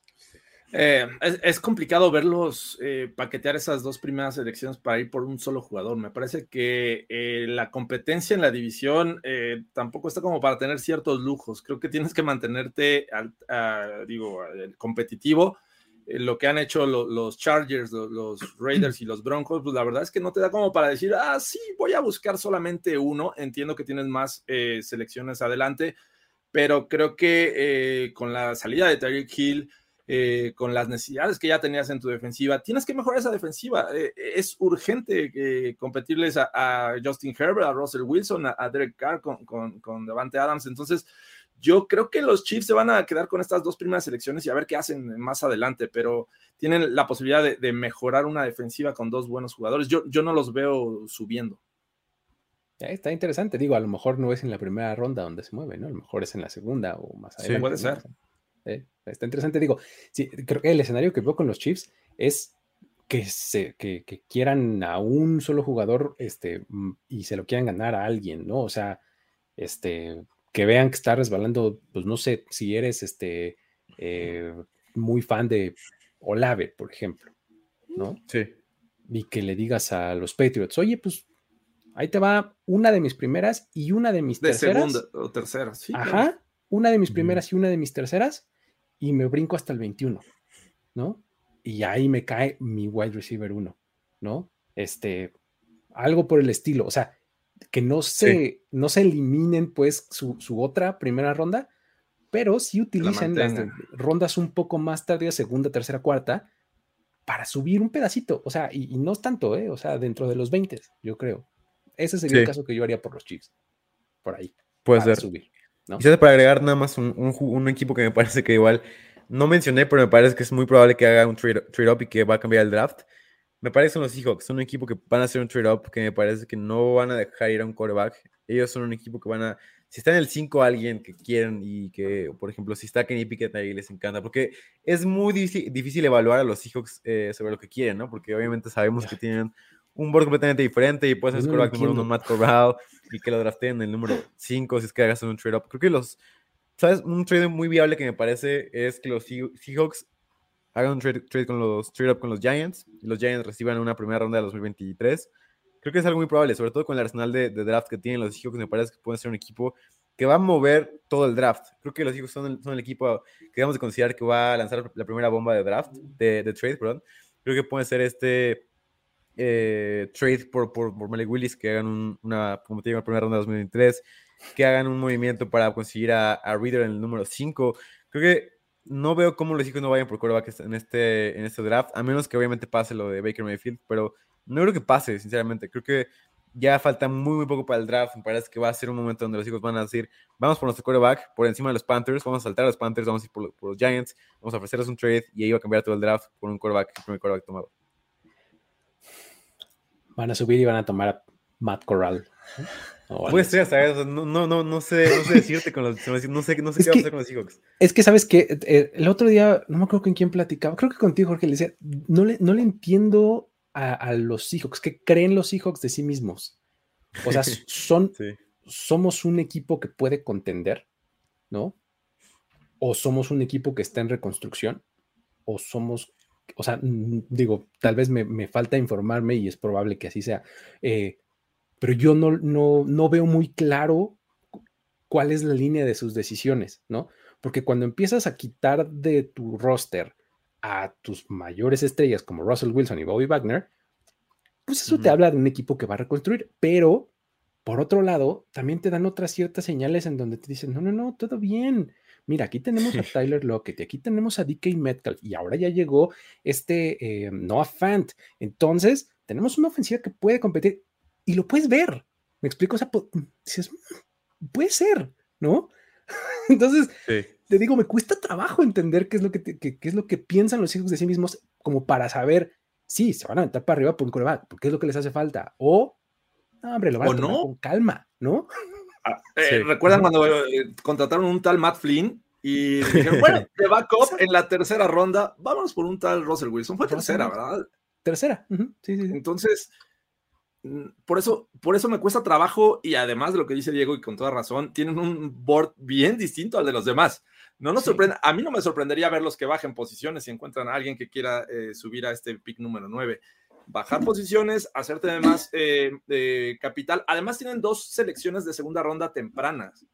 F: Es complicado verlos paquetear esas dos primeras selecciones para ir por un solo jugador. Me parece que la competencia en la división tampoco está como para tener ciertos lujos. Creo que tienes que mantenerte competitivo. Lo que han hecho los Chargers, los Raiders y los Broncos, pues la verdad es que no te da como para decir, sí, voy a buscar solamente uno. Entiendo que tienes más selecciones adelante, pero creo que con la salida de Tyreek Hill, con las necesidades que ya tenías en tu defensiva, tienes que mejorar esa defensiva. Es urgente competirles a Justin Herbert, a Russell Wilson, a Derek Carr con Davante Adams. Entonces, yo creo que los Chiefs se van a quedar con estas dos primeras selecciones y a ver qué hacen más adelante, pero tienen la posibilidad de mejorar una defensiva con dos buenos jugadores. Yo no los veo subiendo.
E: Está interesante, digo, a lo mejor no es en la primera ronda donde se mueve, ¿no? A lo mejor es en la segunda o más adelante.
F: Sí, puede ser.
E: Está interesante, digo, sí, creo que el escenario que veo con los Chiefs es que quieran a un solo jugador y se lo quieran ganar a alguien, ¿no? O sea, que vean que está resbalando, pues no sé, si eres muy fan de Olave, por ejemplo, ¿no?
G: Sí.
E: Y que le digas a los Patriots, oye, pues ahí te va una de mis primeras y una de mis terceras.
F: De segunda o tercera, sí.
E: Ajá,
F: claro.
E: Una de mis primeras y una de mis terceras, y me brinco hasta el 21, ¿no? Y ahí me cae mi wide receiver 1, ¿no? Algo por el estilo, o sea, que no se eliminen pues su otra primera ronda, pero sí utilicen las rondas un poco más tardías, segunda, tercera, cuarta, para subir un pedacito, o sea, y no es tanto, o sea, dentro de los 20, yo creo. Ese sería el caso que yo haría por los Chiefs, por ahí,
G: puede
E: para
G: ser.
E: subir, ¿no?
G: Quizás para agregar nada más un equipo que me parece que igual no mencioné, pero me parece que es muy probable que haga un trade-up y que va a cambiar el draft. Me parece que son los Seahawks, son un equipo que van a hacer un trade-up, que me parece que no van a dejar ir a un quarterback. Ellos son un equipo que van a, si está en el 5 alguien que quieren y que, por ejemplo, si está Kenny Pickett ahí les encanta, porque es muy difícil evaluar a los Seahawks sobre lo que quieren, ¿no? Porque obviamente sabemos que tienen un board completamente diferente y puede ser el quarterback número 1 Matt Corral y que lo drafteen en el número 5 si es que hagas un trade-up. Creo que ¿sabes? Un trade muy viable que me parece es que los Seahawks hagan un trade con los trade-up con los Giants y los Giants reciban una primera ronda de 2023. Creo que es algo muy probable, sobre todo con el arsenal de draft que tienen los Seahawks. Me parece que pueden ser un equipo que va a mover todo el draft. Creo que los Seahawks son el equipo que debemos de considerar que va a lanzar la primera bomba de draft, de trade, perdón. Creo que puede ser trade por Malik Willis, que hagan como te digo, la primera ronda de 2023, que hagan un movimiento para conseguir a Reader en el número 5. Creo que no veo cómo los hijos no vayan por quarterback en este draft, a menos que obviamente pase lo de Baker Mayfield, pero no creo que pase, sinceramente. Creo que ya falta muy, muy poco para el draft. Me parece que va a ser un momento donde los hijos van a decir, vamos por nuestro quarterback, por encima de los Panthers, vamos a saltar a los Panthers, vamos a ir por los Giants, vamos a ofrecerles un trade y ahí va a cambiar todo el draft por un quarterback, el primer quarterback tomado.
E: Van a subir y van a tomar a Matt Corral.
G: Puede ser, ¿sabes? No sé decirte con los... No sé qué va a hacer con los Seahawks.
E: Es que, ¿sabes qué? El otro día, no me acuerdo con quién platicaba, creo que contigo, Jorge, le decía, no le entiendo a los Seahawks, ¿qué creen los Seahawks de sí mismos? O sea, somos un equipo que puede contender, ¿no? O somos un equipo que está en reconstrucción, o somos o sea, digo, tal vez me falta informarme y es probable que así sea, pero yo no veo muy claro cuál es la línea de sus decisiones, ¿no? Porque cuando empiezas a quitar de tu roster a tus mayores estrellas como Russell Wilson y Bobby Wagner, pues eso te habla de un equipo que va a reconstruir, pero por otro lado, también te dan otras ciertas señales en donde te dicen, no, todo bien. Mira, aquí tenemos a Tyler Lockett, aquí tenemos a DK Metcalf, y ahora ya llegó Noah Fant. Entonces, tenemos una ofensiva que puede competir, y lo puedes ver. ¿Me explico? O sea, dices, puede ser, ¿no? Entonces, te digo, me cuesta trabajo entender qué es lo qué es lo que piensan los hijos de sí mismos, como para saber, sí, se van a aventar para arriba por un quarterback, porque es lo que les hace falta, o no, hombre, lo van a tomar con calma, ¿no?
F: ¿Recuerdan cuando contrataron un tal Matt Flynn y dijeron, bueno, de backup en la tercera ronda, vámonos por un tal Russell Wilson? Fue tercera, ¿verdad?
E: Tercera. Sí.
F: Entonces, por eso me cuesta trabajo, y además de lo que dice Diego, y con toda razón, tienen un board bien distinto al de los demás. No nos sorprende, a mí no me sorprendería verlos que bajen posiciones si encuentran a alguien que quiera subir a este pick número 9. Bajar posiciones, hacerte de más capital. Además tienen 2 selecciones de segunda ronda tempranas.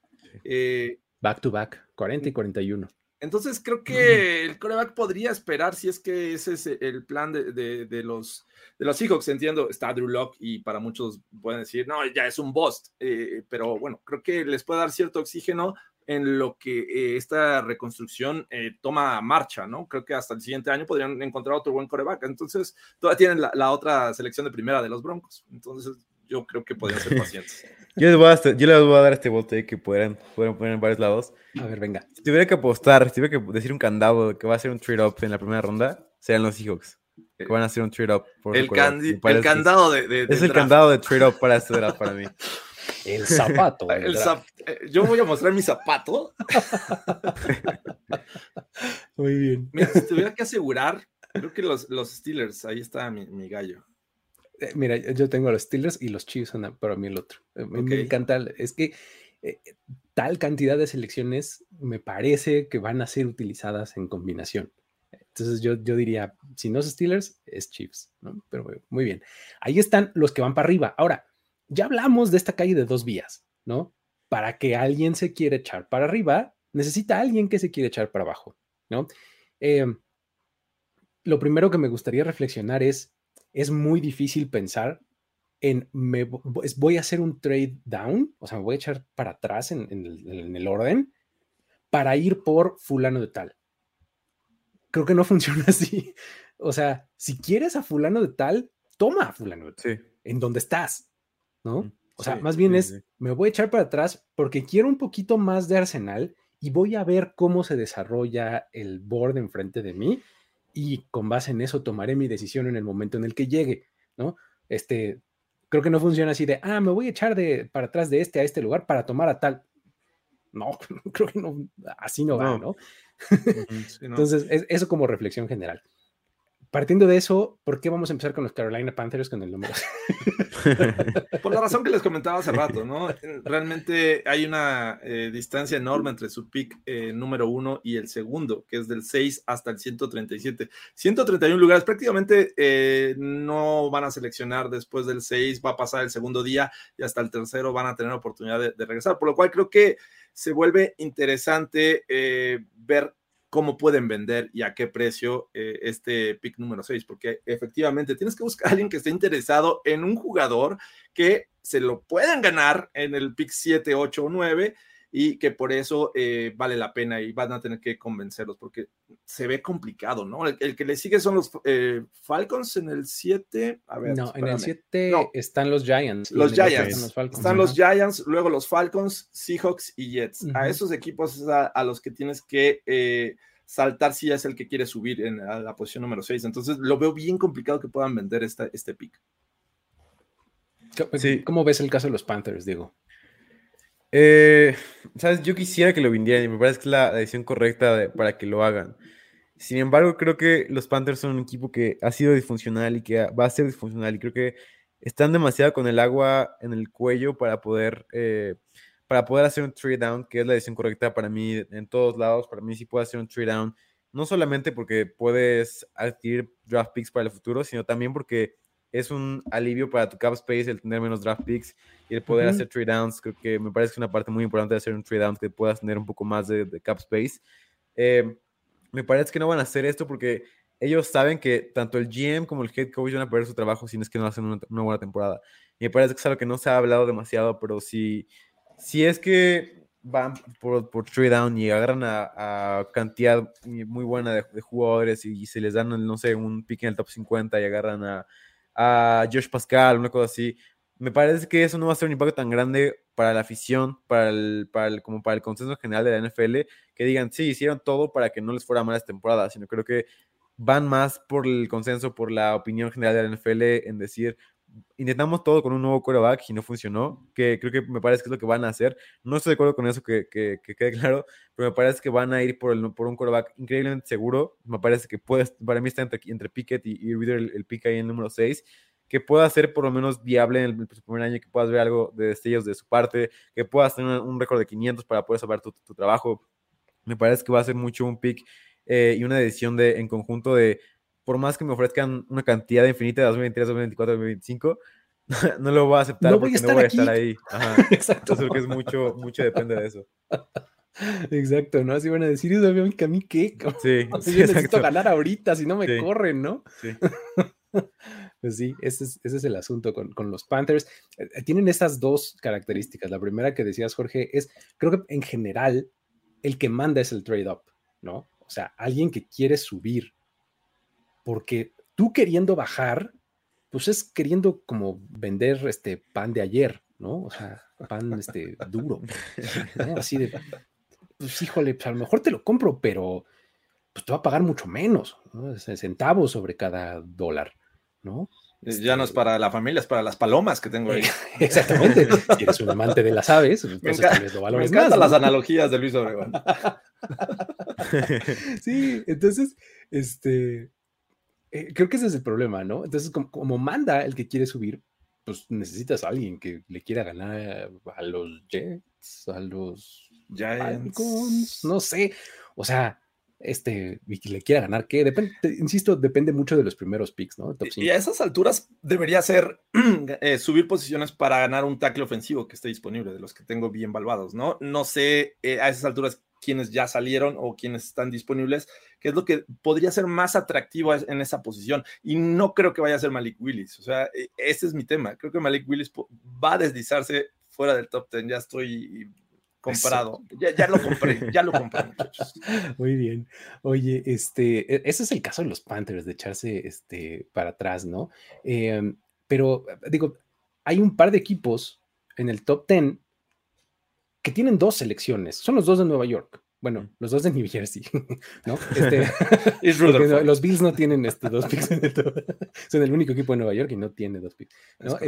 E: Back to back, 40 y 41.
F: Entonces creo que el quarterback podría esperar, si es que ese es el plan de los Seahawks. Entiendo, está Drew Lock y para muchos pueden decir, no, ya es un bust, pero bueno, creo que les puede dar cierto oxígeno en lo que esta reconstrucción toma marcha, ¿no? Creo que hasta el siguiente año podrían encontrar otro buen quarterback. Entonces todavía tienen la otra selección de primera de los Broncos. Entonces yo creo que podrían ser pacientes.
G: Yo les voy a dar este bote que pueden poner en varios lados.
E: A ver, venga.
G: Si tuviera que apostar, si tuviera que decir un candado de que va a ser un trade-up en la primera ronda, serían los Seahawks. Que van a hacer un trade-up.
F: El candado de
G: es el candado de trade-up para este draft para mí.
E: El zapato.
F: Yo voy a mostrar mi zapato.
E: Muy bien.
F: Mira, si tuviera que asegurar, creo que los Steelers, ahí está mi gallo.
E: Mira, yo tengo a los Steelers y los Chiefs son para mí el otro. Me encanta, es que tal cantidad de selecciones me parece que van a ser utilizadas en combinación. Entonces yo diría, si no es Steelers, es Chiefs, ¿no? Pero muy bien. Ahí están los que van para arriba. Ahora, ya hablamos de esta calle de 2 vías, ¿no? Para que alguien se quiera echar para arriba, necesita alguien que se quiera echar para abajo, ¿no? Lo primero que me gustaría reflexionar es muy difícil pensar en voy a hacer un trade down, o sea, me voy a echar para atrás en el orden para ir por fulano de tal. Creo que no funciona así. O sea, si quieres a fulano de tal, toma a fulano de tal, en donde estás, ¿no? O sea, más bien me voy a echar para atrás porque quiero un poquito más de arsenal y voy a ver cómo se desarrolla el board enfrente de mí y con base en eso tomaré mi decisión en el momento en el que llegue, ¿no? Creo que no funciona así de, me voy a echar para atrás de a este lugar para tomar a tal. No, creo que no, así no va, ¿no? Sí, no. Entonces, eso como reflexión general. Partiendo de eso, ¿por qué vamos a empezar con los Carolina Panthers con el número?
F: Por la razón que les comentaba hace rato, ¿no? Realmente hay una distancia enorme entre su pick número 1 y el segundo, que es del 6 hasta el 137. 131 lugares, prácticamente no van a seleccionar después del 6, va a pasar el segundo día y hasta el tercero van a tener oportunidad de regresar, por lo cual creo que se vuelve interesante ver cómo pueden vender y a qué precio este pick número 6, porque efectivamente tienes que buscar a alguien que esté interesado en un jugador que se lo puedan ganar en el pick 7, 8 o 9 y que por eso vale la pena y van a tener que convencerlos porque se ve complicado, ¿no? El que le sigue son los Falcons en el 7. A ver,
E: no,
F: espérame.
E: En el 7 están los Giants.
F: Los Giants. Están los Giants, luego los Falcons, Seahawks y Jets. A esos equipos es a los que tienes que saltar si es el que quiere subir a la posición número 6. Entonces lo veo bien complicado que puedan vender este pick.
E: Sí. ¿Cómo ves el caso de los Panthers, Diego?
G: ¿Sabes? Yo quisiera que lo vendieran y me parece que es la decisión correcta para que lo hagan. Sin embargo, creo que los Panthers son un equipo que ha sido disfuncional y que va a ser disfuncional y creo que están demasiado con el agua en el cuello para poder hacer un trade down, que es la decisión correcta para mí en todos lados. Para mí sí puedo hacer un trade down no solamente porque puedes adquirir draft picks para el futuro, sino también porque es un alivio para tu cap space el tener menos draft picks y el poder hacer trade downs. Creo que me parece que es una parte muy importante de hacer un trade down, que puedas tener un poco más de cap space. Me parece que no van a hacer esto porque ellos saben que tanto el GM como el head coach van a perder su trabajo si no es que no hacen una buena temporada. Y me parece que es algo que no se ha hablado demasiado, pero si es que van por trade down y agarran a cantidad muy buena de jugadores y se les dan, no sé, un pick en el top 50 y agarran a Josh Pascal, una cosa así, me parece que eso no va a ser un impacto tan grande para la afición, como para el consenso general de la NFL, que digan, sí, hicieron todo para que no les fuera malas temporadas, sino creo que van más por el consenso, por la opinión general de la NFL en decir, intentamos todo con un nuevo quarterback y no funcionó, que creo que me parece que es lo que van a hacer. No estoy de acuerdo con eso, que quede claro, pero me parece que van a ir por un quarterback increíblemente seguro. Me parece que para mí está entre Pickett y Reader el pick ahí en el número 6, que pueda ser por lo menos viable en el primer año, que puedas ver algo de destellos de su parte, que puedas tener un récord de 500 para poder salvar tu trabajo. Me parece que va a ser mucho un pick y una decisión en conjunto de, por más que me ofrezcan una cantidad infinita de 2023, 2024, 2025, no lo voy a aceptar
E: No voy a
G: porque
E: estar
G: no voy a
E: aquí.
G: estar ahí. Ajá.
E: Exacto.
G: Entonces creo que es mucho depende de eso.
E: Exacto, ¿no? Así van a decir, ¿y obviamente a mí qué?
G: Sí,
E: O sea,
G: sí,
E: yo necesito
G: exacto.
E: ganar ahorita, si no me
G: Sí.
E: corren, ¿no?
G: Sí.
E: Pues sí, ese es el asunto con los Panthers. Tienen estas dos características. La primera que decías, Jorge, es, creo que en general, el que manda es el trade-up, ¿no? O sea, alguien que quiere subir, porque tú queriendo bajar, pues es queriendo como vender pan de ayer, ¿no? O sea, pan duro, ¿no? Así de, pues híjole, pues a lo mejor te lo compro, pero pues te va a pagar mucho menos, ¿no? Centavos sobre cada dólar, ¿no?
F: Ya no es para la familia, es para las palomas que tengo ahí.
E: Exactamente. Si eres un amante de las aves, entonces tal vez lo
F: Me
E: valores
F: encantan
E: más,
F: las
E: ¿no?
F: analogías de Luis Obregón.
E: Sí, entonces, creo que ese es el problema, ¿no? Entonces, como manda el que quiere subir, pues necesitas a alguien que le quiera ganar a los Jets, a los Falcons, no sé. O sea, y que le quiera ganar, ¿qué? Insisto, depende mucho de los primeros picks, ¿no? Top 5.
F: Y a esas alturas debería ser subir posiciones para ganar un tackle ofensivo que esté disponible, de los que tengo bien valuados, ¿no? No sé a esas alturas quiénes ya salieron o quiénes están disponibles, que es lo que podría ser más atractivo en esa posición. Y no creo que vaya a ser Malik Willis. O sea, ese es mi tema. Creo que Malik Willis va a deslizarse fuera del top 10. Ya estoy comprado. Ya lo compré, muchachos.
E: Muy bien. Oye, ese es el caso de los Panthers, de echarse para atrás, ¿no? Pero digo, hay un par de equipos en el top 10 que tienen dos selecciones. Son los dos de Nueva York. Bueno, los dos de New Jersey, ¿no? No, los Bills no tienen dos picks en el top. Son el único equipo de Nueva York y no tiene dos picks, ¿no?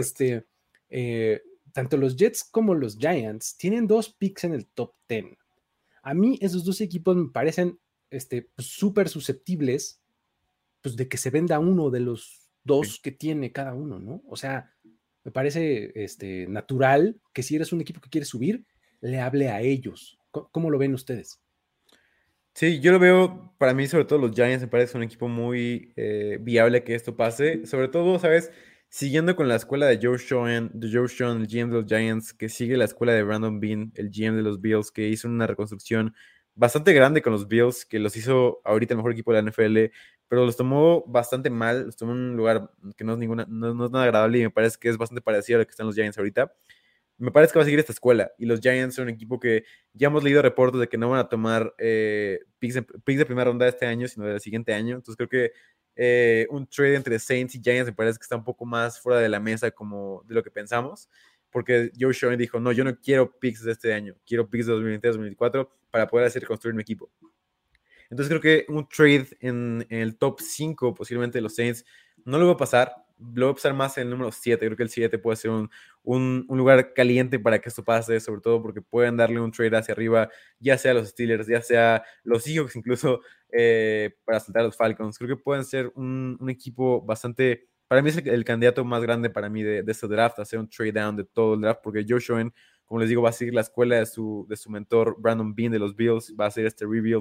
E: Tanto los Jets como los Giants tienen dos picks en el top 10. A mí esos dos equipos me parecen súper susceptibles pues, de que se venda uno de los dos que tiene cada uno, ¿no? O sea, me parece natural que si eres un equipo que quiere subir, le hable a ellos. ¿Cómo lo ven ustedes?
G: Sí, yo lo veo, para mí, sobre todo los Giants, me parece un equipo muy viable que esto pase. Sobre todo, ¿sabes? Siguiendo con la escuela de Joe Schoen, el GM de los Giants, que sigue la escuela de Brandon Beane, el GM de los Bills, que hizo una reconstrucción bastante grande con los Bills, que los hizo ahorita el mejor equipo de la NFL, pero los tomó bastante mal, los tomó en un lugar que no es nada agradable y me parece que es bastante parecido a lo que están los Giants ahorita. Me parece que va a seguir esta escuela. Y los Giants son un equipo que ya hemos leído reportes de que no van a tomar picks de primera ronda de este año, sino del siguiente año. Entonces creo que un trade entre Saints y Giants me parece que está un poco más fuera de la mesa como de lo que pensamos. Porque Joe Schoen dijo, no, yo no quiero picks de este año. Quiero picks de 2023, 2024 para poder hacer construir mi equipo. Entonces creo que un trade en el top 5 posiblemente de los Saints no lo va a pasar. Lo voy a pasar más en el número 7. Creo que el 7 puede ser un lugar caliente para que esto pase, sobre todo porque pueden darle un trade hacia arriba, ya sea los Steelers, ya sea los Seahawks incluso, para saltar a los Falcons. Creo que pueden ser un equipo bastante... Para mí es el candidato más grande para mí de este draft, hacer un trade down de todo el draft, porque Joe Schoen, como les digo, va a seguir la escuela de su mentor Brandon Beane de los Bills, va a hacer este rebuild.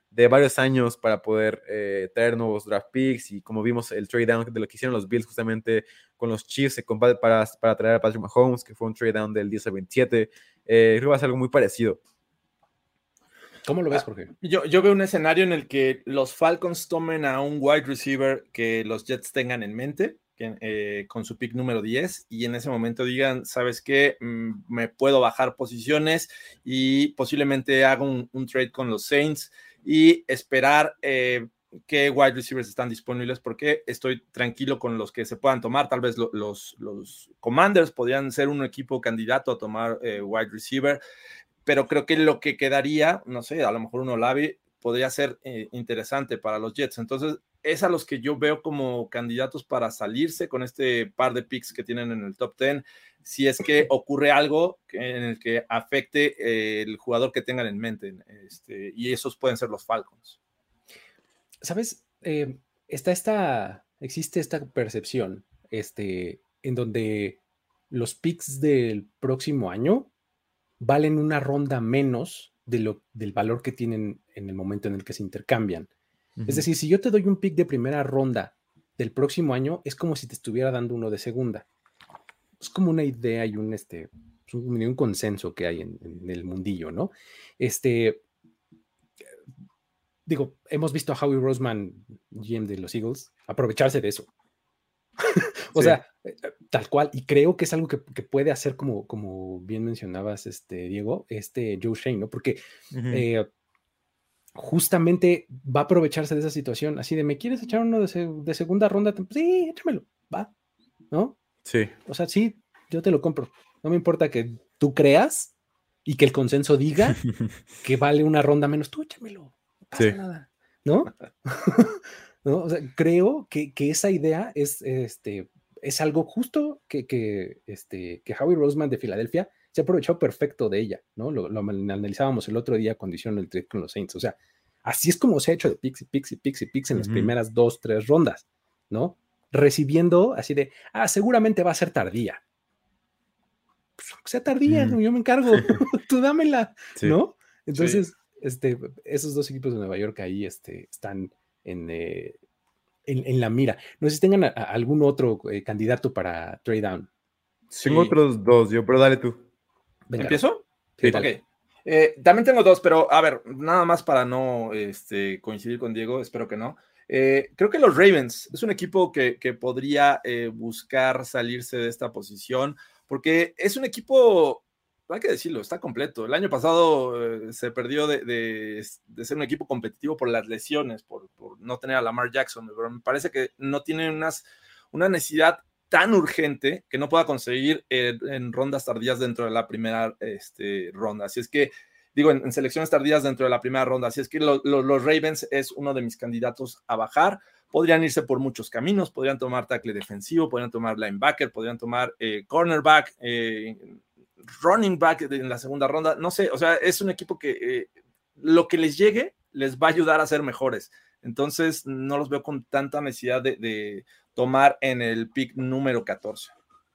G: de varios años para poder traer nuevos draft picks, y como vimos el trade down de lo que hicieron los Bills justamente con los Chiefs para traer a Patrick Mahomes, que fue un trade down del 10 al 27, creo que va a ser algo muy parecido.
E: ¿Cómo lo ves, Jorge?
F: Yo veo un escenario en el que los Falcons tomen a un wide receiver que los Jets tengan en mente, con su pick número 10, y en ese momento digan, ¿sabes qué? Me puedo bajar posiciones y posiblemente hago un trade con los Saints y esperar qué wide receivers están disponibles, porque estoy tranquilo con los que se puedan tomar. Tal vez los Commanders podrían ser un equipo candidato a tomar wide receiver, pero creo que lo que quedaría, no sé, a lo mejor un Olavi podría ser interesante para los Jets. Entonces, es a los que yo veo como candidatos para salirse con este par de picks que tienen en el top 10, si es que ocurre algo en el que afecte el jugador que tengan en mente, y esos pueden ser los Falcons.
E: ¿Sabes? Existe esta percepción en donde los picks del próximo año valen una ronda menos del valor que tienen en el momento en el que se intercambian. Es decir, si yo te doy un pick de primera ronda del próximo año, es como si te estuviera dando uno de segunda. Es como una idea y un consenso que hay en el mundillo, ¿no? Digo, hemos visto a Howie Roseman, GM de los Eagles, aprovecharse de eso. O sea, tal cual, y creo que es algo que puede hacer, como bien mencionabas, Diego, Joe Shane, ¿no? Porque justamente va a aprovecharse de esa situación, así de, ¿me quieres echar uno de segunda ronda? Sí, échamelo, va, ¿no?
G: Sí.
E: O sea, sí, yo te lo compro. No me importa que tú creas y que el consenso diga que vale una ronda menos, tú échamelo, no pasa nada, ¿no? ¿No? O sea, creo que esa idea es algo justo que Howie Roseman de Filadelfia se aprovechó perfecto de ella, ¿no? Lo analizábamos el otro día cuando hicieron el trade con los Saints. O sea, así es como se ha hecho de picks y picks y picks y picks en las primeras 2, 3 rondas, ¿no? Recibiendo así de, seguramente va a ser tardía. Pues, sea tardía, yo me encargo, tú dámela, ¿no? Entonces, esos dos equipos de Nueva York ahí están en la mira. No sé si tengan algún otro candidato para trade down.
G: Tengo otros dos, pero dale tú.
F: Venga. ¿Empiezo?
E: Sí, dale.
F: Ok. También tengo dos, pero a ver, nada más para no coincidir con Diego, espero que no. Creo que los Ravens es un equipo que podría buscar salirse de esta posición, porque es un equipo, hay que decirlo, está completo. El año pasado se perdió de ser un equipo competitivo por las lesiones, por no tener a Lamar Jackson, pero me parece que no tiene una necesidad tan urgente que no pueda conseguir en rondas tardías dentro de la primera ronda. Así es que, digo, en selecciones tardías dentro de la primera ronda. Así es que los Ravens es uno de mis candidatos a bajar. Podrían irse por muchos caminos, podrían tomar tackle defensivo, podrían tomar linebacker, podrían tomar cornerback, running back en la segunda ronda, no sé, o sea, es un equipo que lo que les llegue les va a ayudar a ser mejores. Entonces, no los veo con tanta necesidad de tomar en el pick número 14.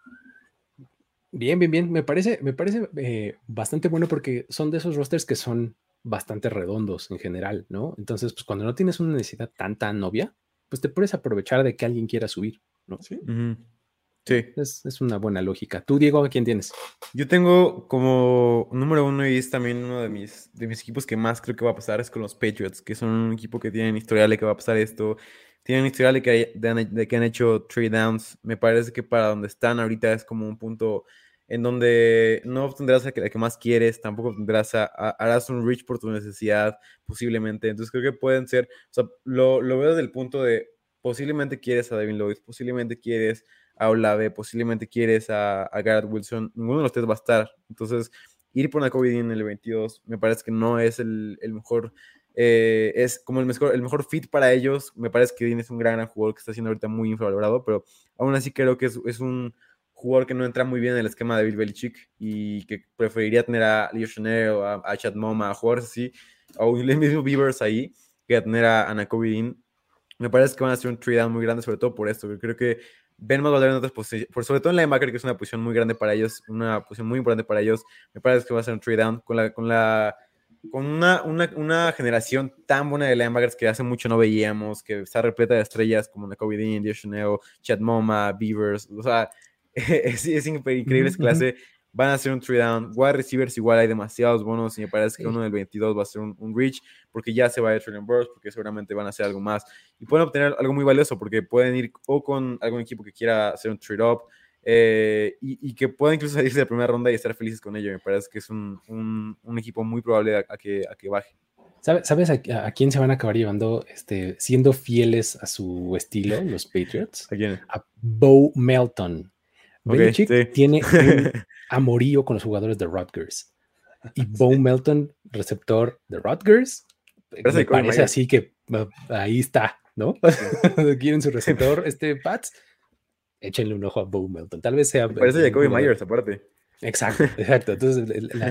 E: Bien. Me parece bastante bueno, porque son de esos rosters que son bastante redondos en general, ¿no? Entonces, pues cuando no tienes una necesidad tan obvia, pues te puedes aprovechar de que alguien quiera subir, ¿no?
F: Sí.
G: Sí.
E: Es una buena lógica. ¿Tú, Diego, a quién tienes?
G: Yo tengo como número uno, y es también uno de mis equipos que más creo que va a pasar, es con los Patriots, que son un equipo que tienen historial de que va a pasar esto. Tienen historial de que han hecho trade downs. Me parece que para donde están ahorita es como un punto en donde no obtendrás a que más quieres, tampoco obtendrás harás un reach por tu necesidad, posiblemente. Entonces creo que pueden ser, o sea, lo veo desde el punto de, posiblemente quieres a Devin Lloyd, posiblemente quieres a Olave, posiblemente quieres a Garrett Wilson, ninguno de los tres va a estar. Entonces, ir por una COVID en el 22 me parece que no es el mejor, es como el mejor fit para ellos. Me parece que Dean es un gran jugador que está siendo ahorita muy infravalorado, pero aún así creo que es un jugador que no entra muy bien en el esquema de Bill Belichick, y que preferiría tener a Leo Chanel o a Chad Moma, a jugadores así, o el mismo Beavers ahí, que a tener a Nakobe Dean. Me parece que van a hacer un trade down muy grande, sobre todo por esto. Creo que ven más valor en otras posiciones, sobre todo en linebacker, que es una posición muy grande para ellos, una posición muy importante para ellos. Me parece que va a ser un trade down con con una generación tan buena de linebackers que hace mucho no veíamos, que está repleta de estrellas como Nakobe Dean, Dio Chanel, Chad Moma, Beavers, o sea, es increíble esa clase. Van a hacer un 3-down. Wide receivers igual hay demasiados bonos y me parece que uno del 22 va a ser un reach porque ya se va a ir Traylon Burks, porque seguramente van a hacer algo más y pueden obtener algo muy valioso porque pueden ir o con algún equipo que quiera hacer un trade-up y que pueda incluso salirse de la primera ronda y estar felices con ello. Me parece que es un equipo muy probable a que baje.
E: ¿Sabes a quién se van a acabar llevando siendo fieles a su estilo los Patriots?
G: ¿A quién?
E: A Bo Melton. Belichick
G: Sí.
E: tiene un amorío con los jugadores de Rutgers. Y Bo Melton, receptor de Rutgers, me parece así que ahí está, ¿no? Quieren su receptor, Pats, échenle un ojo a Bo Melton. Tal vez sea...
G: Me parece Jacoby Myers, aparte.
E: Exacto. Entonces,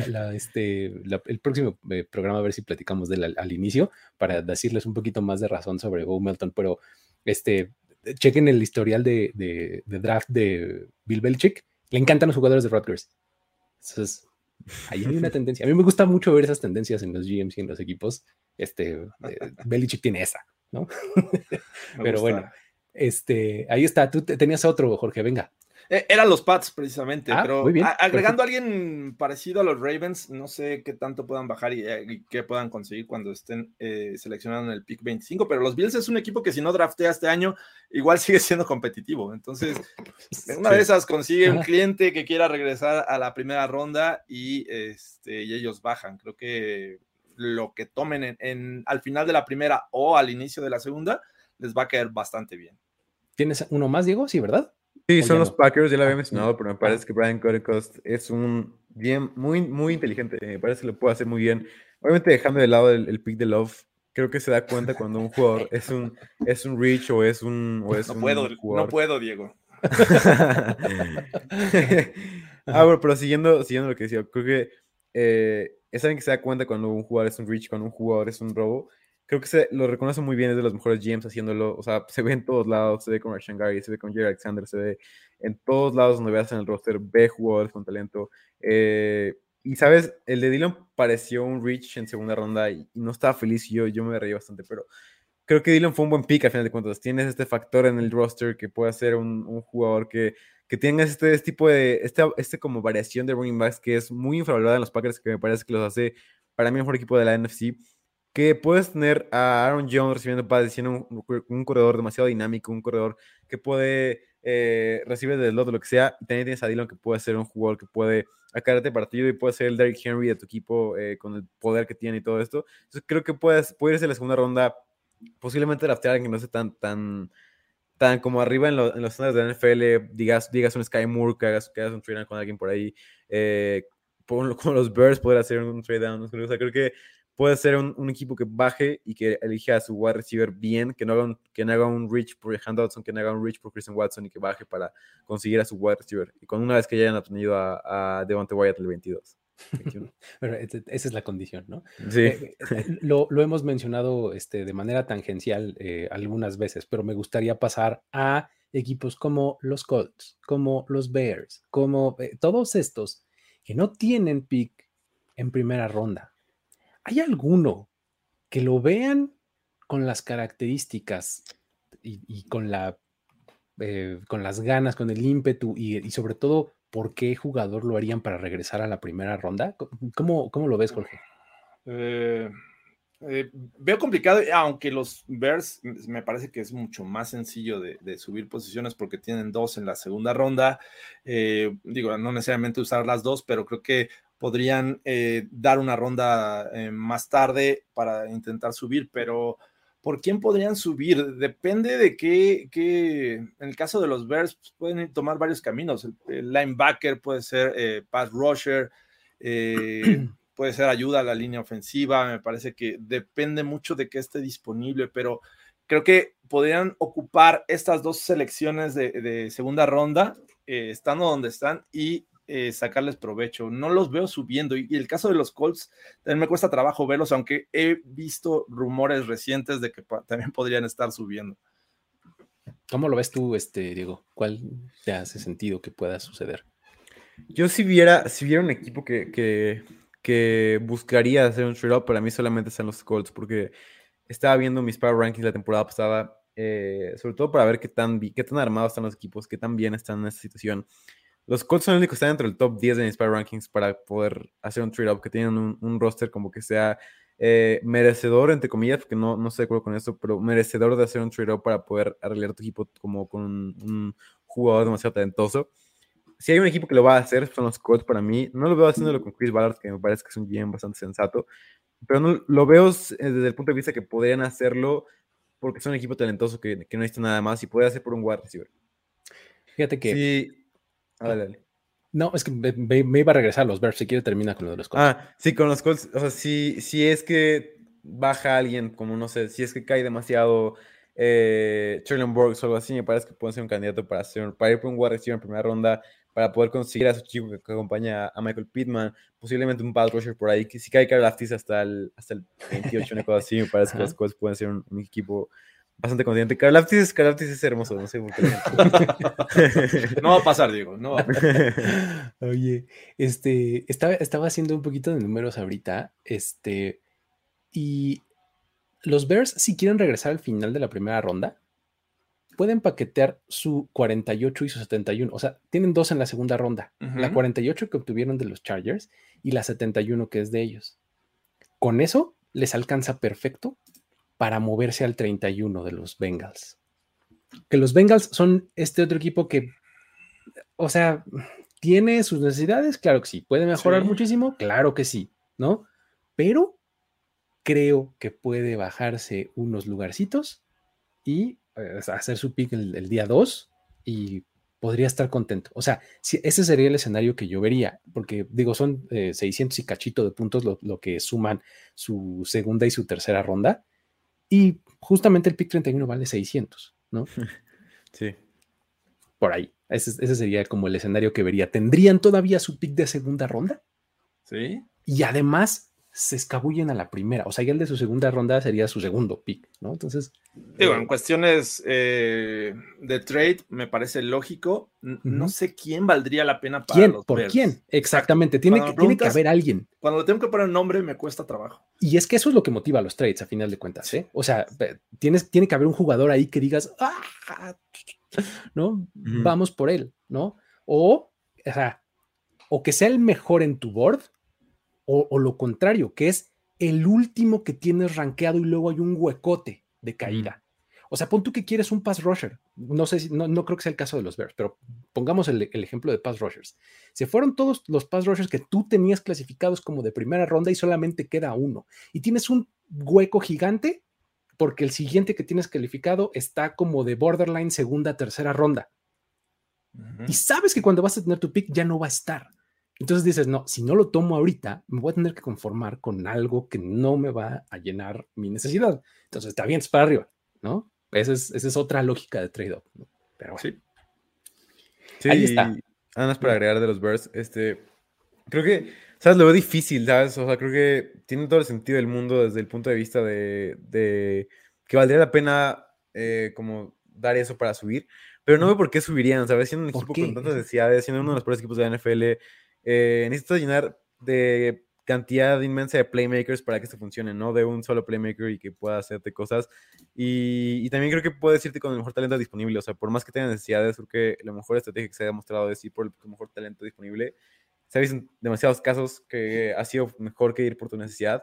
E: el próximo programa, a ver si platicamos de él al inicio, para decirles un poquito más de razón sobre Bo Melton, pero chequen el historial de draft de Bill Belichick. Le encantan los jugadores de Rutgers. Entonces, ahí hay una tendencia. A mí me gusta mucho ver esas tendencias en los GMs y en los equipos. Belichick tiene esa, ¿no? Pero bueno, ahí está. Tú tenías otro, Jorge, venga.
F: Eran los Pats, precisamente, pero
E: muy bien,
F: agregando a alguien parecido a los Ravens, no sé qué tanto puedan bajar y qué puedan conseguir cuando estén seleccionando en el pick 25, pero los Bills es un equipo que si no draftea este año, igual sigue siendo competitivo. Entonces, una de esas consigue un cliente que quiera regresar a la primera ronda y ellos bajan. Creo que lo que tomen al final de la primera o al inicio de la segunda les va a caer bastante bien.
E: ¿Tienes uno más, Diego? Sí, ¿verdad?
G: Sí, son los Packers, ya lo había mencionado, pero me parece que Brian Gutekunst es muy, muy inteligente. Me parece que lo puede hacer muy bien. Obviamente dejando de lado el pick de Love, creo que se da cuenta cuando un jugador es un reach o es un jugador.
F: No puedo, Diego.
G: Bueno, pero siguiendo lo que decía, creo que es alguien que se da cuenta cuando un jugador es un reach, cuando un jugador es un robo. Creo que lo reconoce muy bien, es de los mejores GMs haciéndolo. O sea, se ve en todos lados, se ve con Rashan Gary, se ve con Jerry Alexander, se ve en todos lados donde veas en el roster, ve jugadores con talento. Y sabes, el de Dillon pareció un reach en segunda ronda y no estaba feliz y yo me reí bastante, pero creo que Dillon fue un buen pick al final de cuentas. Tienes este factor en el roster que puede ser un jugador que tenga este tipo de, como variación de running backs que es muy infravalorada en los Packers, que me parece que los hace para mí el mejor equipo de la NFC. Que puedes tener a Aaron Jones recibiendo pases, siendo un corredor demasiado dinámico, un corredor que puede recibir del slot o lo que sea, y también tienes a Dillon que puede ser un jugador que puede aclararte partido y puede ser el Derrick Henry de tu equipo con el poder que tiene y todo esto. Entonces creo que puede irse a la segunda ronda, posiblemente draftear a alguien que no esté tan como arriba en los estándares de la NFL, digas un Sky Moore, que hagas un trade down con alguien por ahí, con los Bears poder hacer un trade down. O sea, creo que puede ser un equipo que baje y que elija a su wide receiver bien, que no haga un reach por Jahan Dotson, que no haga un reach por Christian Watson y que baje para conseguir a su wide receiver. Y con una vez que ya hayan obtenido a Devontae Wyatt el 22.
E: Pero esa es la condición, ¿no?
G: Sí.
E: Lo hemos mencionado de manera tangencial algunas veces, pero me gustaría pasar a equipos como los Colts, como los Bears, como todos estos que no tienen pick en primera ronda. ¿Hay alguno que lo vean con las características y con las ganas, con el ímpetu y sobre todo, por qué jugador lo harían para regresar a la primera ronda? ¿Cómo lo ves, Jorge?
F: Veo complicado, aunque los Bears me parece que es mucho más sencillo de subir posiciones porque tienen 2 en la segunda ronda. Digo, no necesariamente usar las 2, pero creo que podrían dar una ronda más tarde para intentar subir, pero ¿por quién podrían subir? Depende de qué en el caso de los Bears pueden tomar varios caminos. El linebacker puede ser pass rusher, puede ser ayuda a la línea ofensiva. Me parece que depende mucho de que esté disponible, pero creo que podrían ocupar estas 2 selecciones de segunda ronda, estando donde están y sacarles provecho. No los veo subiendo y el caso de los Colts también me cuesta trabajo verlos, aunque he visto rumores recientes de que también podrían estar subiendo.
E: ¿Cómo lo ves tú, Diego? ¿Cuál te hace sentido que pueda suceder?
G: Yo si viera un equipo que que buscaría hacer un trade-up, para mí solamente están los Colts, porque estaba viendo mis power rankings la temporada pasada, sobre todo para ver qué tan armados están los equipos, qué tan bien están en esta situación. Los Colts son los únicos que están dentro del top 10 de mis power rankings para poder hacer un trade-up, que tienen un roster como que sea merecedor, entre comillas, porque no estoy de acuerdo con esto, pero merecedor de hacer un trade-up para poder arreglar tu equipo como con un jugador demasiado talentoso. Si hay un equipo que lo va a hacer, son los Colts para mí. No lo veo haciéndolo con Chris Ballard, que me parece que es un GM bastante sensato, pero no, lo veo desde el punto de vista que podrían hacerlo porque son un equipo talentoso que no necesita nada más y puede hacer por un wide receiver.
E: Fíjate que...
G: Sí. Dale.
E: No, es que me iba a regresar a los Bears. Si quiere, termina con lo de los Colts.
G: Sí, con los Colts. O sea, si es que baja alguien, como no sé, si es que cae demasiado Traylon Burks o algo así, me parece que puede ser un candidato para ir por un wide receiver en primera ronda, para poder conseguir a su chico que acompaña a Michael Pittman, posiblemente un pass rusher por ahí, que si cae Karlaftis hasta el 28, una cosa así, me parece que los Colts pueden ser un equipo bastante consciente. Karlaftis es hermoso, no sé por qué.
F: No va a pasar, Diego, no va a pasar.
E: Oye, estaba haciendo un poquito de números ahorita, y los Bears, si quieren regresar al final de la primera ronda, pueden paquetear su 48 y su 71. O sea, tienen dos en la segunda ronda. La 48 que obtuvieron de los Chargers y la 71 que es de ellos. Con eso les alcanza perfecto para moverse al 31 de los Bengals. Que los Bengals son este otro equipo que, o sea, tiene sus necesidades, claro que sí. Puede mejorar muchísimo, claro que sí, ¿no? Pero creo que puede bajarse unos lugarcitos y hacer su pick el día 2 y podría estar contento. O sea, ese sería el escenario que yo vería, porque digo, son 600 y cachito de puntos lo que suman su segunda y su tercera ronda, y justamente el pick 31 vale 600, ¿no?
G: Sí.
E: Por ahí. Ese sería como el escenario que vería. ¿Tendrían todavía su pick de segunda ronda?
F: Sí.
E: Y además se escabullen a la primera. O sea, ya el de su segunda ronda sería su segundo pick, ¿no? Entonces...
F: Digo, en cuestiones de trade me parece lógico. No sé quién valdría la pena para los
E: ¿Por
F: Bears.
E: quién? Exactamente. Tiene que haber alguien.
F: Cuando le tengo que poner un nombre me cuesta trabajo.
E: Y es que eso es lo que motiva a los trades, a final de cuentas, ¿eh? O sea, tiene que haber un jugador ahí que digas, ¿no? Vamos por él, ¿no? O que sea el mejor en tu board, o lo contrario, que es el último que tienes rankeado y luego hay un huecote de caída. O sea, pon tú que quieres un pass rusher. No sé no creo que sea el caso de los Bears, pero pongamos el ejemplo de pass rushers. Se fueron todos los pass rushers que tú tenías clasificados como de primera ronda y solamente queda uno. Y tienes un hueco gigante porque el siguiente que tienes calificado está como de borderline segunda, tercera ronda. Y sabes que cuando vas a tener tu pick ya no va a estar. Entonces dices, no, si no lo tomo ahorita, me voy a tener que conformar con algo que no me va a llenar mi necesidad. Entonces te avientas para arriba, ¿no? Esa es otra lógica de trade-off, ¿no? Pero bueno.
G: Sí,
E: ahí está.
G: Nada más para agregar de los Bears, creo que, ¿sabes? Lo veo difícil, ¿sabes? O sea, creo que tiene todo el sentido del mundo desde el punto de vista de que valdría la pena como dar eso para subir, pero no veo por qué subirían, ¿sabes? Siendo un equipo con tantas necesidades, siendo uno de los peores equipos de la NFL, necesitas llenar de cantidad inmensa de playmakers para que esto funcione, no de un solo playmaker y que pueda hacerte cosas. Y también creo que puedes irte con el mejor talento disponible. O sea, por más que tengas necesidades, creo que la mejor estrategia que se ha demostrado es ir por el mejor talento disponible. Se ha visto en demasiados casos que ha sido mejor que ir por tu necesidad.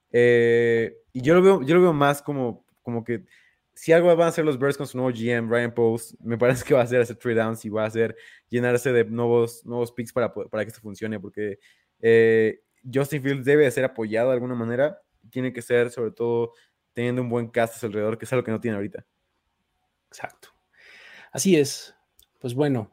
G: Y yo lo veo más como que si algo van a hacer los Bears con su nuevo GM, Ryan Post, me parece que va a ser hacer trade downs y va a hacer llenarse de nuevos picks para que esto funcione, porque Justin Fields debe ser apoyado de alguna manera. Tiene que ser, sobre todo, teniendo un buen cast a su alrededor, que es algo que no tiene ahorita.
E: Exacto. Así es. Pues bueno,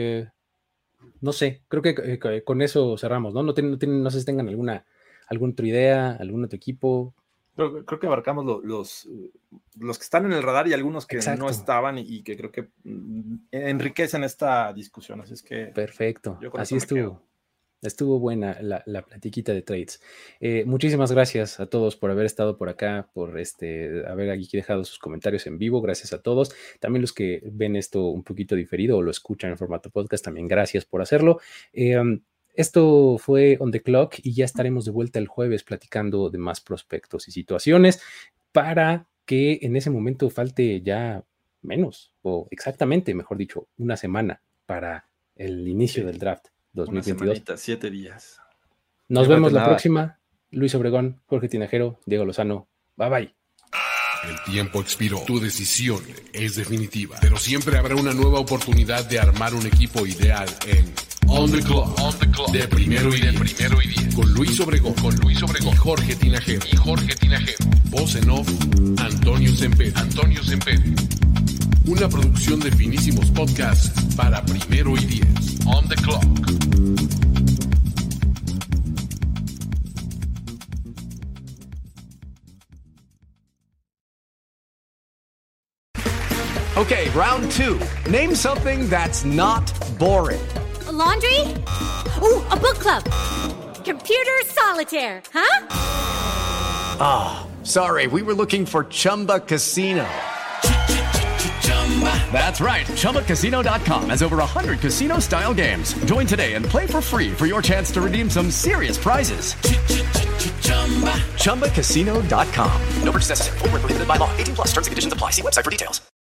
E: no sé, creo que con eso cerramos, ¿no? No sé si tengan alguna otra idea, algún otro equipo.
F: Creo que abarcamos los que están en el radar y algunos que no estaban y que creo que enriquecen esta discusión. Así es que...
E: Perfecto. Así estuvo. Estuvo buena la platiquita de trades. Muchísimas gracias a todos por haber estado por acá, por haber aquí dejado sus comentarios en vivo. Gracias a todos. También los que ven esto un poquito diferido o lo escuchan en formato podcast, también gracias por hacerlo. esto fue On the Clock y ya estaremos de vuelta el jueves platicando de más prospectos y situaciones para que en ese momento falte ya menos, o exactamente, mejor dicho, una semana para el inicio del draft 2022.
F: Una semanita, 7 días.
E: Nos
G: No
E: vemos
G: falta
E: la
G: nada.
E: próxima. Luis Obregón, Jorge Tinajero, Diego Lozano. Bye bye.
A: El tiempo expiró. Tu decisión es definitiva. Pero siempre habrá una nueva oportunidad de armar un equipo ideal en On the Clock. De primero y 10. Con Luis Obregón. Y Jorge Tinajero. Voz en off, Antonio Semperi. Una producción de Finísimos Podcasts para Primero y 10. On the Clock.
C: Okay, round 2. Name something that's not boring.
H: A laundry? Ooh, a book club. Computer solitaire, huh?
C: Sorry, we were looking for Chumba Casino. That's right. ChumbaCasino.com has over 100 casino-style games. Join today and play for free for your chance to redeem some serious prizes. ChumbaCasino.com. No purchase necessary. Void where prohibited by law. 18+ terms and conditions apply. See website for details.